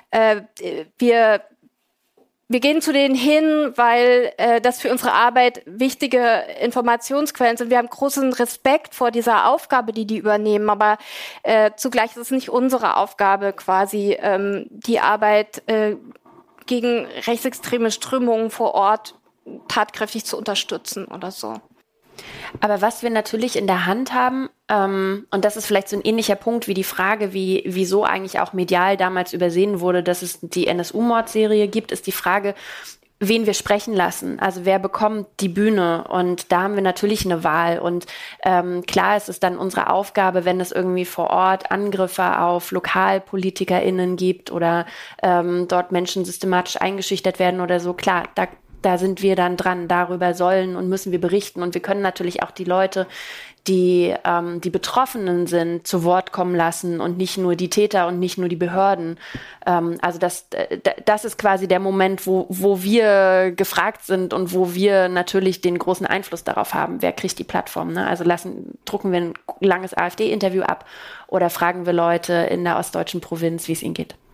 wir gehen zu denen hin, weil das für unsere Arbeit wichtige Informationsquellen sind. Wir haben großen Respekt vor dieser Aufgabe, die übernehmen, aber zugleich ist es nicht unsere Aufgabe, quasi die Arbeit gegen rechtsextreme Strömungen vor Ort tatkräftig zu unterstützen oder so. Aber was wir natürlich in der Hand haben, und das ist vielleicht so ein ähnlicher Punkt wie die Frage, wieso eigentlich auch medial damals übersehen wurde, dass es die NSU-Mordserie gibt, ist die Frage, wen wir sprechen lassen. Also wer bekommt die Bühne? Und da haben wir natürlich eine Wahl. Und klar ist es dann unsere Aufgabe, wenn es irgendwie vor Ort Angriffe auf LokalpolitikerInnen gibt oder dort Menschen systematisch eingeschüchtert werden oder so, klar, da sind wir dann dran, darüber sollen und müssen wir berichten. Und wir können natürlich auch die Leute, die Betroffenen sind, zu Wort kommen lassen und nicht nur die Täter und nicht nur die Behörden. Also das ist quasi der Moment, wo wir gefragt sind und wo wir natürlich den großen Einfluss darauf haben, wer kriegt die Plattform. Ne? Also drucken wir ein langes AfD-Interview ab oder fragen wir Leute in der ostdeutschen Provinz, wie es ihnen geht.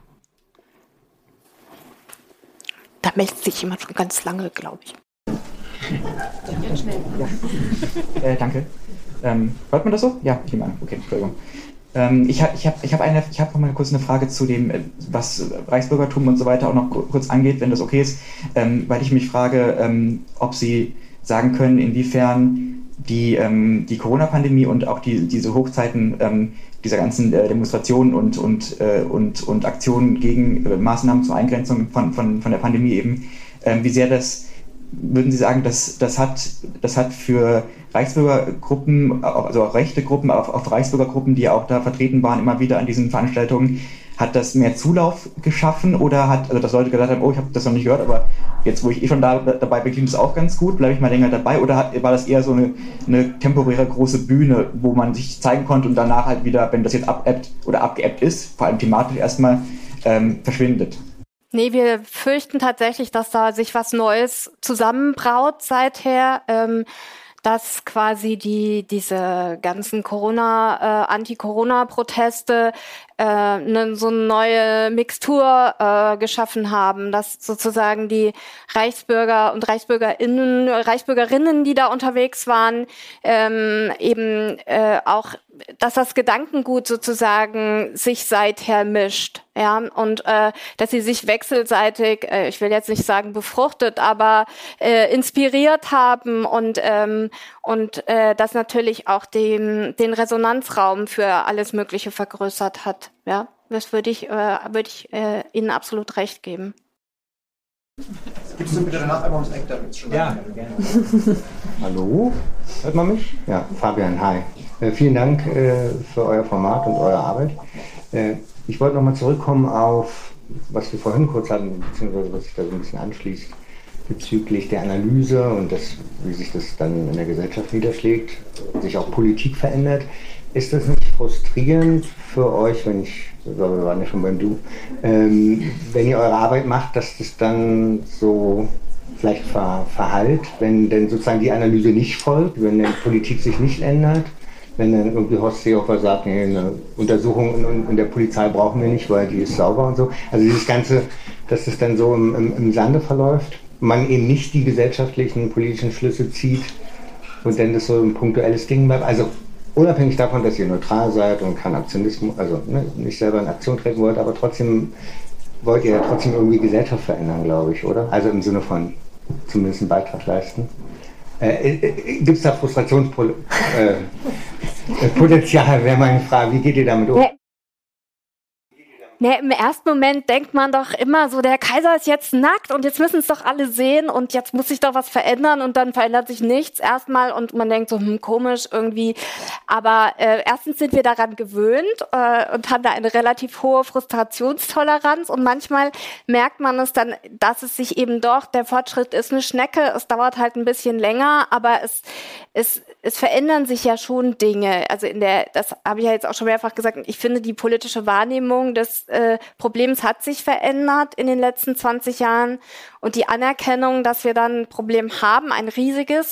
Da meldet sich jemand schon ganz lange, glaube ich. Jetzt schnell. Ja. Danke. Hört man das so? Ja, ich nehme an. Okay, Entschuldigung. Ich hab noch mal kurz eine Frage zu dem, was Reichsbürgertum und so weiter auch noch kurz angeht, wenn das okay ist, weil ich mich frage, ob Sie sagen können, inwiefern die Corona-Pandemie und auch diese Hochzeiten dieser ganzen Demonstrationen und Aktionen gegen Maßnahmen zur Eingrenzung von der Pandemie eben, wie sehr würden Sie sagen, das hat für Reichsbürgergruppen, also auch rechte Gruppen, auch Reichsbürgergruppen, die ja auch da vertreten waren, immer wieder an diesen Veranstaltungen, hat das mehr Zulauf geschaffen oder also dass Leute gesagt haben, ich habe das noch nicht gehört, aber jetzt, wo ich schon dabei bin, klingt das auch ganz gut, bleibe ich mal länger dabei, oder war das eher so eine temporäre große Bühne, wo man sich zeigen konnte und danach halt wieder, wenn das jetzt abgeebbt ist, vor allem thematisch erstmal, verschwindet? Nee, wir fürchten tatsächlich, dass da sich was Neues zusammenbraut seither, dass quasi diese ganzen Anti-Corona-Proteste so eine neue Mixtur geschaffen haben, dass sozusagen die Reichsbürger und Reichsbürgerinnen, die da unterwegs waren, auch, dass das Gedankengut sozusagen sich seither mischt, ja, und dass sie sich wechselseitig, ich will jetzt nicht sagen befruchtet, aber inspiriert haben und das natürlich auch den Resonanzraum für alles Mögliche vergrößert hat. Ja, das würde ich Ihnen absolut recht geben. Gibst du bitte danach einmal ums Eck, damit schon. Ja, gerne. Hallo, hört man mich? Ja, Fabian, hi. Vielen Dank für euer Format und eure Arbeit. Ich wollte nochmal zurückkommen auf, was wir vorhin kurz hatten, beziehungsweise was sich da so ein bisschen anschließt, bezüglich der Analyse und wie sich das dann in der Gesellschaft niederschlägt, sich auch Politik verändert. Ist das nicht frustrierend für euch, wenn wir waren ja schon beim Du, wenn ihr eure Arbeit macht, dass das dann so vielleicht verhallt, wenn denn sozusagen die Analyse nicht folgt, wenn dann Politik sich nicht ändert, wenn dann irgendwie Horst Seehofer sagt, nee, eine Untersuchung in der Polizei brauchen wir nicht, weil die ist sauber und so. Also dieses Ganze, dass es dann so im Sande verläuft, man eben nicht die gesellschaftlichen, politischen Schlüsse zieht und dann das so ein punktuelles Ding bleibt. Also unabhängig davon, dass ihr neutral seid und kein Aktionismus, also nicht selber in Aktion treten wollt, aber trotzdem wollt ihr ja trotzdem irgendwie Gesellschaft verändern, glaube ich, oder? Also im Sinne von zumindest einen Beitrag leisten. Gibt es da Frustrationspotenzial, wäre meine Frage. Wie geht ihr damit um? Nee, im ersten Moment denkt man doch immer so, der Kaiser ist jetzt nackt und jetzt müssen es doch alle sehen und jetzt muss sich doch was verändern und dann verändert sich nichts erstmal und man denkt so, komisch irgendwie. Aber erstens sind wir daran gewöhnt und haben da eine relativ hohe Frustrationstoleranz und manchmal merkt man es dann, dass es sich eben doch, der Fortschritt ist eine Schnecke, es dauert halt ein bisschen länger, aber es verändern sich ja schon Dinge. Also das habe ich ja jetzt auch schon mehrfach gesagt, ich finde die politische Wahrnehmung des Problems hat sich verändert in den letzten 20 Jahren und die Anerkennung, dass wir dann ein Problem haben, ein riesiges.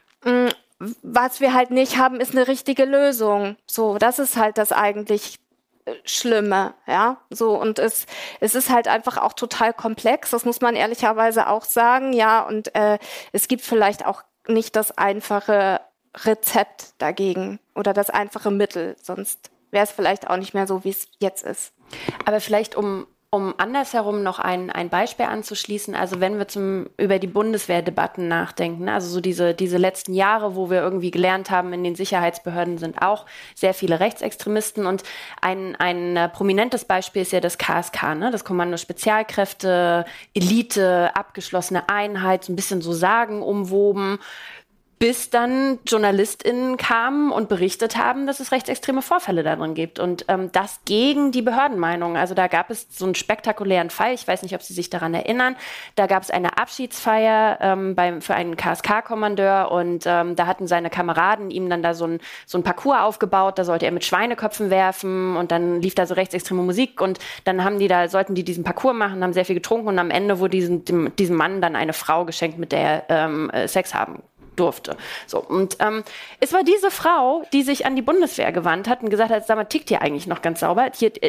Was wir halt nicht haben, ist eine richtige Lösung. So, das ist halt das eigentlich Schlimme, ja. So, und es ist halt einfach auch total komplex, das muss man ehrlicherweise auch sagen, ja, und es gibt vielleicht auch nicht das einfache Rezept dagegen oder das einfache Mittel, sonst wäre es vielleicht auch nicht mehr so, wie es jetzt ist. Aber vielleicht, um andersherum noch ein Beispiel anzuschließen, also wenn wir über die Bundeswehrdebatten nachdenken, also so diese letzten Jahre, wo wir irgendwie gelernt haben, in den Sicherheitsbehörden sind auch sehr viele Rechtsextremisten und ein prominentes Beispiel ist ja das KSK, ne? Das Kommando Spezialkräfte, Elite, abgeschlossene Einheit, so ein bisschen so sagenumwoben, bis dann JournalistInnen kamen und berichtet haben, dass es rechtsextreme Vorfälle darin gibt. Und das gegen die Behördenmeinung. Also da gab es so einen spektakulären Fall, ich weiß nicht, ob Sie sich daran erinnern, da gab es eine Abschiedsfeier für einen KSK-Kommandeur und da hatten seine Kameraden ihm dann da so ein Parcours aufgebaut, da sollte er mit Schweineköpfen werfen und dann lief da so rechtsextreme Musik und dann sollten die diesen Parcours machen, haben sehr viel getrunken und am Ende wurde diesem Mann dann eine Frau geschenkt, mit der er Sex haben durfte. So, und es war diese Frau, die sich an die Bundeswehr gewandt hat und gesagt hat, sag mal, tickt hier eigentlich noch ganz sauber?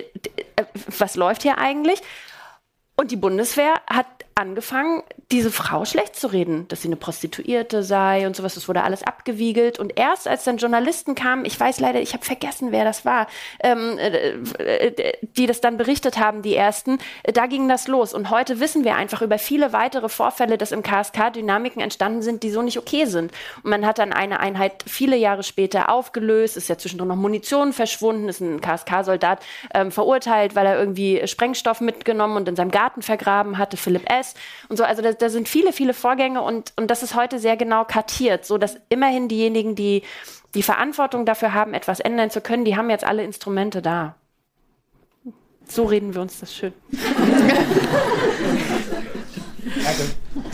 Was läuft hier eigentlich? Und die Bundeswehr hat angefangen, diese Frau schlecht zu reden, dass sie eine Prostituierte sei und sowas. Das wurde alles abgewiegelt. Und erst als dann Journalisten kamen, ich weiß leider, ich habe vergessen, wer das war, die das dann berichtet haben, die ersten, da ging das los. Und heute wissen wir einfach über viele weitere Vorfälle, dass im KSK Dynamiken entstanden sind, die so nicht okay sind. Und man hat dann eine Einheit viele Jahre später aufgelöst, ist ja zwischendurch noch Munition verschwunden, ist ein KSK-Soldat verurteilt, weil er irgendwie Sprengstoff mitgenommen und in seinem Garten vergraben hatte, Philipp S. Und so, also da sind viele, viele Vorgänge und das ist heute sehr genau kartiert, so dass immerhin diejenigen, die die Verantwortung dafür haben, etwas ändern zu können, die haben jetzt alle Instrumente da. So reden wir uns das schön. Danke.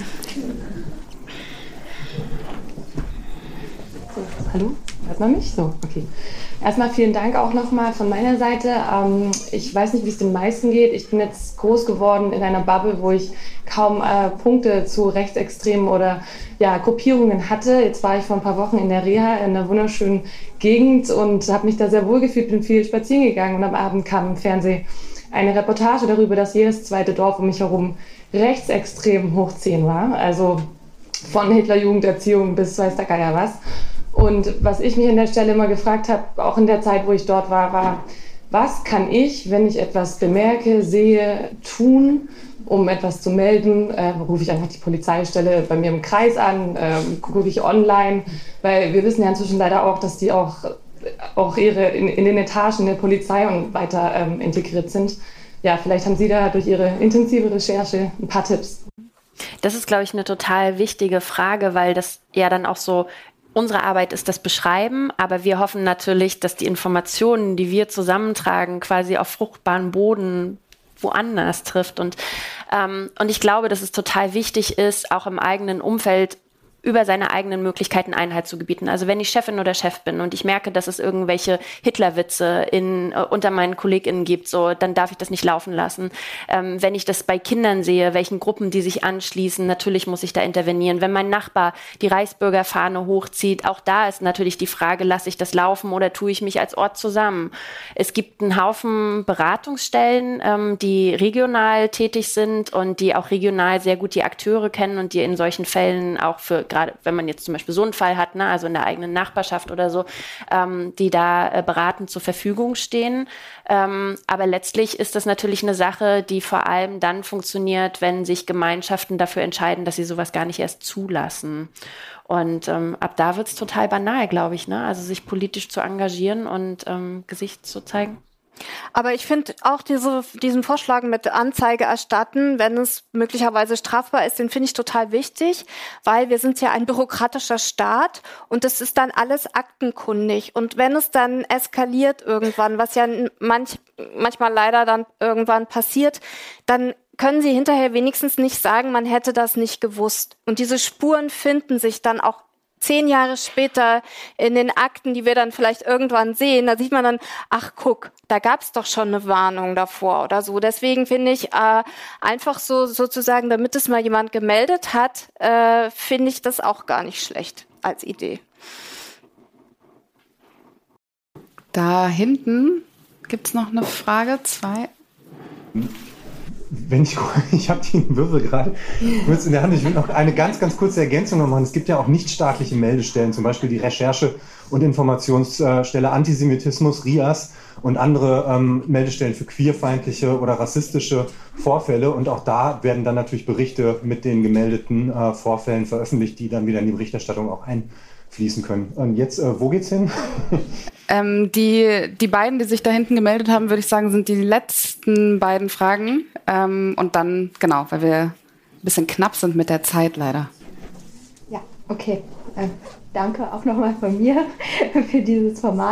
Hallo? Hört man mich? So, okay. Erstmal vielen Dank auch nochmal von meiner Seite. Ich weiß nicht, wie es den meisten geht. Ich bin jetzt groß geworden in einer Bubble, wo ich kaum Punkte zu Rechtsextremen oder Gruppierungen hatte. Jetzt war ich vor ein paar Wochen in der Reha in einer wunderschönen Gegend und habe mich da sehr wohl gefühlt, bin viel spazieren gegangen und am Abend kam im Fernsehen eine Reportage darüber, dass jedes zweite Dorf um mich herum rechtsextrem hoch 10 war. Also von Hitlerjugenderziehung bis weiß der Geier was. Und was ich mich an der Stelle immer gefragt habe, auch in der Zeit, wo ich dort war, was kann ich, wenn ich etwas bemerke, sehe, tun, um etwas zu melden? Rufe ich einfach die Polizeistelle bei mir im Kreis an, gucke ich online, weil wir wissen ja inzwischen leider auch, dass die auch in den Etagen der Polizei und weiter integriert sind. Ja, vielleicht haben Sie da durch Ihre intensive Recherche ein paar Tipps. Das ist, glaube ich, eine total wichtige Frage, weil das ja dann auch so, unsere Arbeit ist das Beschreiben, aber wir hoffen natürlich, dass die Informationen, die wir zusammentragen, quasi auf fruchtbaren Boden woanders trifft. Und ich glaube, dass es total wichtig ist, auch im eigenen Umfeld über seine eigenen Möglichkeiten Einhalt zu gebieten. Also wenn ich Chefin oder Chef bin und ich merke, dass es irgendwelche Hitlerwitze unter meinen KollegInnen gibt, so, dann darf ich das nicht laufen lassen. Wenn ich das bei Kindern sehe, welchen Gruppen die sich anschließen, natürlich muss ich da intervenieren. Wenn mein Nachbar die Reichsbürgerfahne hochzieht, auch da ist natürlich die Frage, lasse ich das laufen oder tue ich mich als Ort zusammen? Es gibt einen Haufen Beratungsstellen, die regional tätig sind und die auch regional sehr gut die Akteure kennen und die in solchen Fällen auch gerade wenn man jetzt zum Beispiel so einen Fall hat, ne, also in der eigenen Nachbarschaft oder so, die da beratend zur Verfügung stehen. Aber letztlich ist das natürlich eine Sache, die vor allem dann funktioniert, wenn sich Gemeinschaften dafür entscheiden, dass sie sowas gar nicht erst zulassen. Und ab da wird es total banal, glaube ich, ne? Also sich politisch zu engagieren und Gesicht zu zeigen. Aber ich finde auch diesen Vorschlag mit Anzeige erstatten, wenn es möglicherweise strafbar ist, den finde ich total wichtig, weil wir sind ja ein bürokratischer Staat und es ist dann alles aktenkundig. Und wenn es dann eskaliert irgendwann, was ja manchmal leider dann irgendwann passiert, dann können Sie hinterher wenigstens nicht sagen, man hätte das nicht gewusst. Und diese Spuren finden sich dann auch 10 Jahre später in den Akten, die wir dann vielleicht irgendwann sehen, da sieht man dann, ach guck, da gab es doch schon eine Warnung davor oder so. Deswegen finde ich einfach so sozusagen, damit es mal jemand gemeldet hat, finde ich das auch gar nicht schlecht als Idee. Da hinten gibt es noch eine Frage, 2. Ich habe den Würfel gerade kurz in der Hand. Ich will noch eine ganz, ganz kurze Ergänzung noch machen. Es gibt ja auch nichtstaatliche Meldestellen, zum Beispiel die Recherche- und Informationsstelle Antisemitismus, RIAS und andere Meldestellen für queerfeindliche oder rassistische Vorfälle. Und auch da werden dann natürlich Berichte mit den gemeldeten Vorfällen veröffentlicht, die dann wieder in die Berichterstattung auch einfließen können. Und jetzt, wo geht's hin? Die beiden, die sich da hinten gemeldet haben, würde ich sagen, sind die letzten beiden Fragen. Und dann, genau, weil wir ein bisschen knapp sind mit der Zeit leider. Ja, okay. Danke auch nochmal von mir für dieses Format.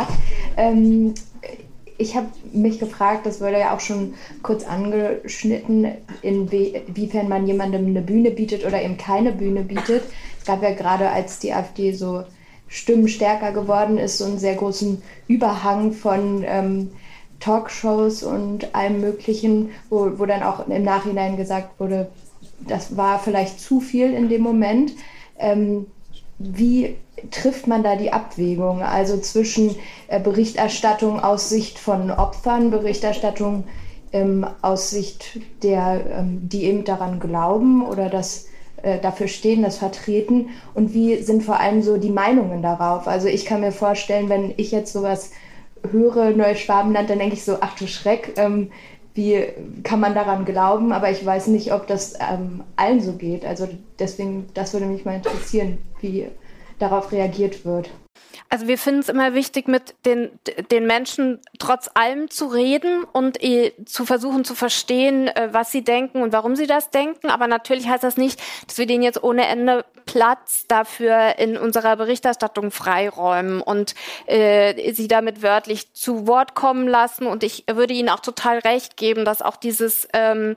Ich habe mich gefragt, das wurde ja auch schon kurz angeschnitten, inwiefern man jemandem eine Bühne bietet oder eben keine Bühne bietet. Es gab ja gerade, als die AfD so stimmenstärker geworden ist, so einen sehr großen Überhang von Talkshows und allem Möglichen, wo dann auch im Nachhinein gesagt wurde, das war vielleicht zu viel in dem Moment. Wie trifft man da die Abwägung? Also zwischen Berichterstattung aus Sicht von Opfern, Berichterstattung aus Sicht der, die eben daran glauben oder das dafür stehen, das vertreten, und wie sind vor allem so die Meinungen darauf? Also ich kann mir vorstellen, wenn ich jetzt sowas höre, Neuschwabenland, dann denke ich so, ach du Schreck, wie kann man daran glauben? Aber ich weiß nicht, ob das allen so geht. Also deswegen, das würde mich mal interessieren, wie darauf reagiert wird. Also wir finden es immer wichtig, mit den Menschen trotz allem zu reden und zu versuchen zu verstehen, was sie denken und warum sie das denken. Aber natürlich heißt das nicht, dass wir denen jetzt ohne Ende Platz dafür in unserer Berichterstattung freiräumen und sie damit wörtlich zu Wort kommen lassen. Und ich würde Ihnen auch total recht geben, dass auch dieses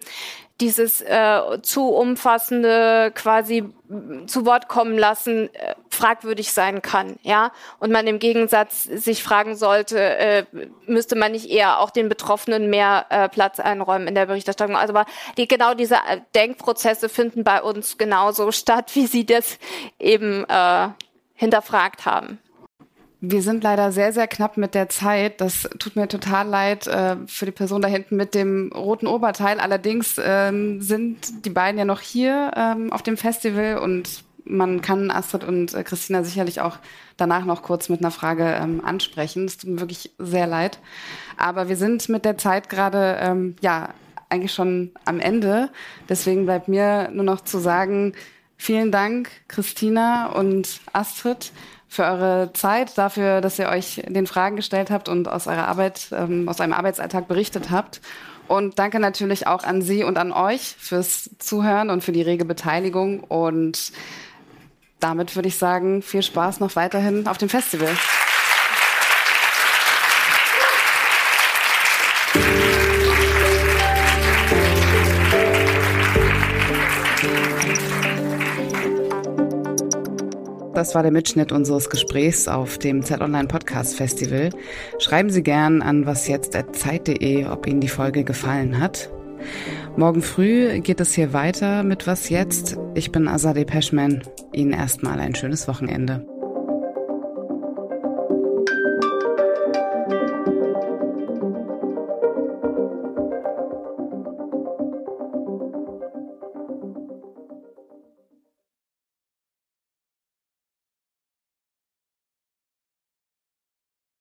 zu umfassende quasi zu Wort kommen lassen fragwürdig sein kann, ja, und man im Gegensatz sich fragen sollte, müsste man nicht eher auch den Betroffenen mehr Platz einräumen in der Berichterstattung. Also aber genau diese Denkprozesse finden bei uns genauso statt, wie Sie das eben hinterfragt haben. Wir sind leider sehr, sehr knapp mit der Zeit. Das tut mir total leid für die Person da hinten mit dem roten Oberteil. Allerdings sind die beiden ja noch hier auf dem Festival und man kann Astrid und Christina sicherlich auch danach noch kurz mit einer Frage ansprechen. Es tut mir wirklich sehr leid. Aber wir sind mit der Zeit gerade eigentlich schon am Ende. Deswegen bleibt mir nur noch zu sagen, vielen Dank, Christina und Astrid, für eure Zeit, dafür, dass ihr euch den Fragen gestellt habt und aus eurer Arbeit, aus eurem Arbeitsalltag berichtet habt. Und danke natürlich auch an Sie und an euch fürs Zuhören und für die rege Beteiligung. Und damit würde ich sagen, viel Spaß noch weiterhin auf dem Festival. das war der Mitschnitt unseres Gesprächs auf dem Z-Online Podcast Festival. Schreiben Sie gern an wasjetzt@zeit.de, ob Ihnen die Folge gefallen hat. Morgen früh geht es hier weiter mit Was Jetzt? Ich bin Azadeh Peschman. Ihnen erstmal ein schönes Wochenende.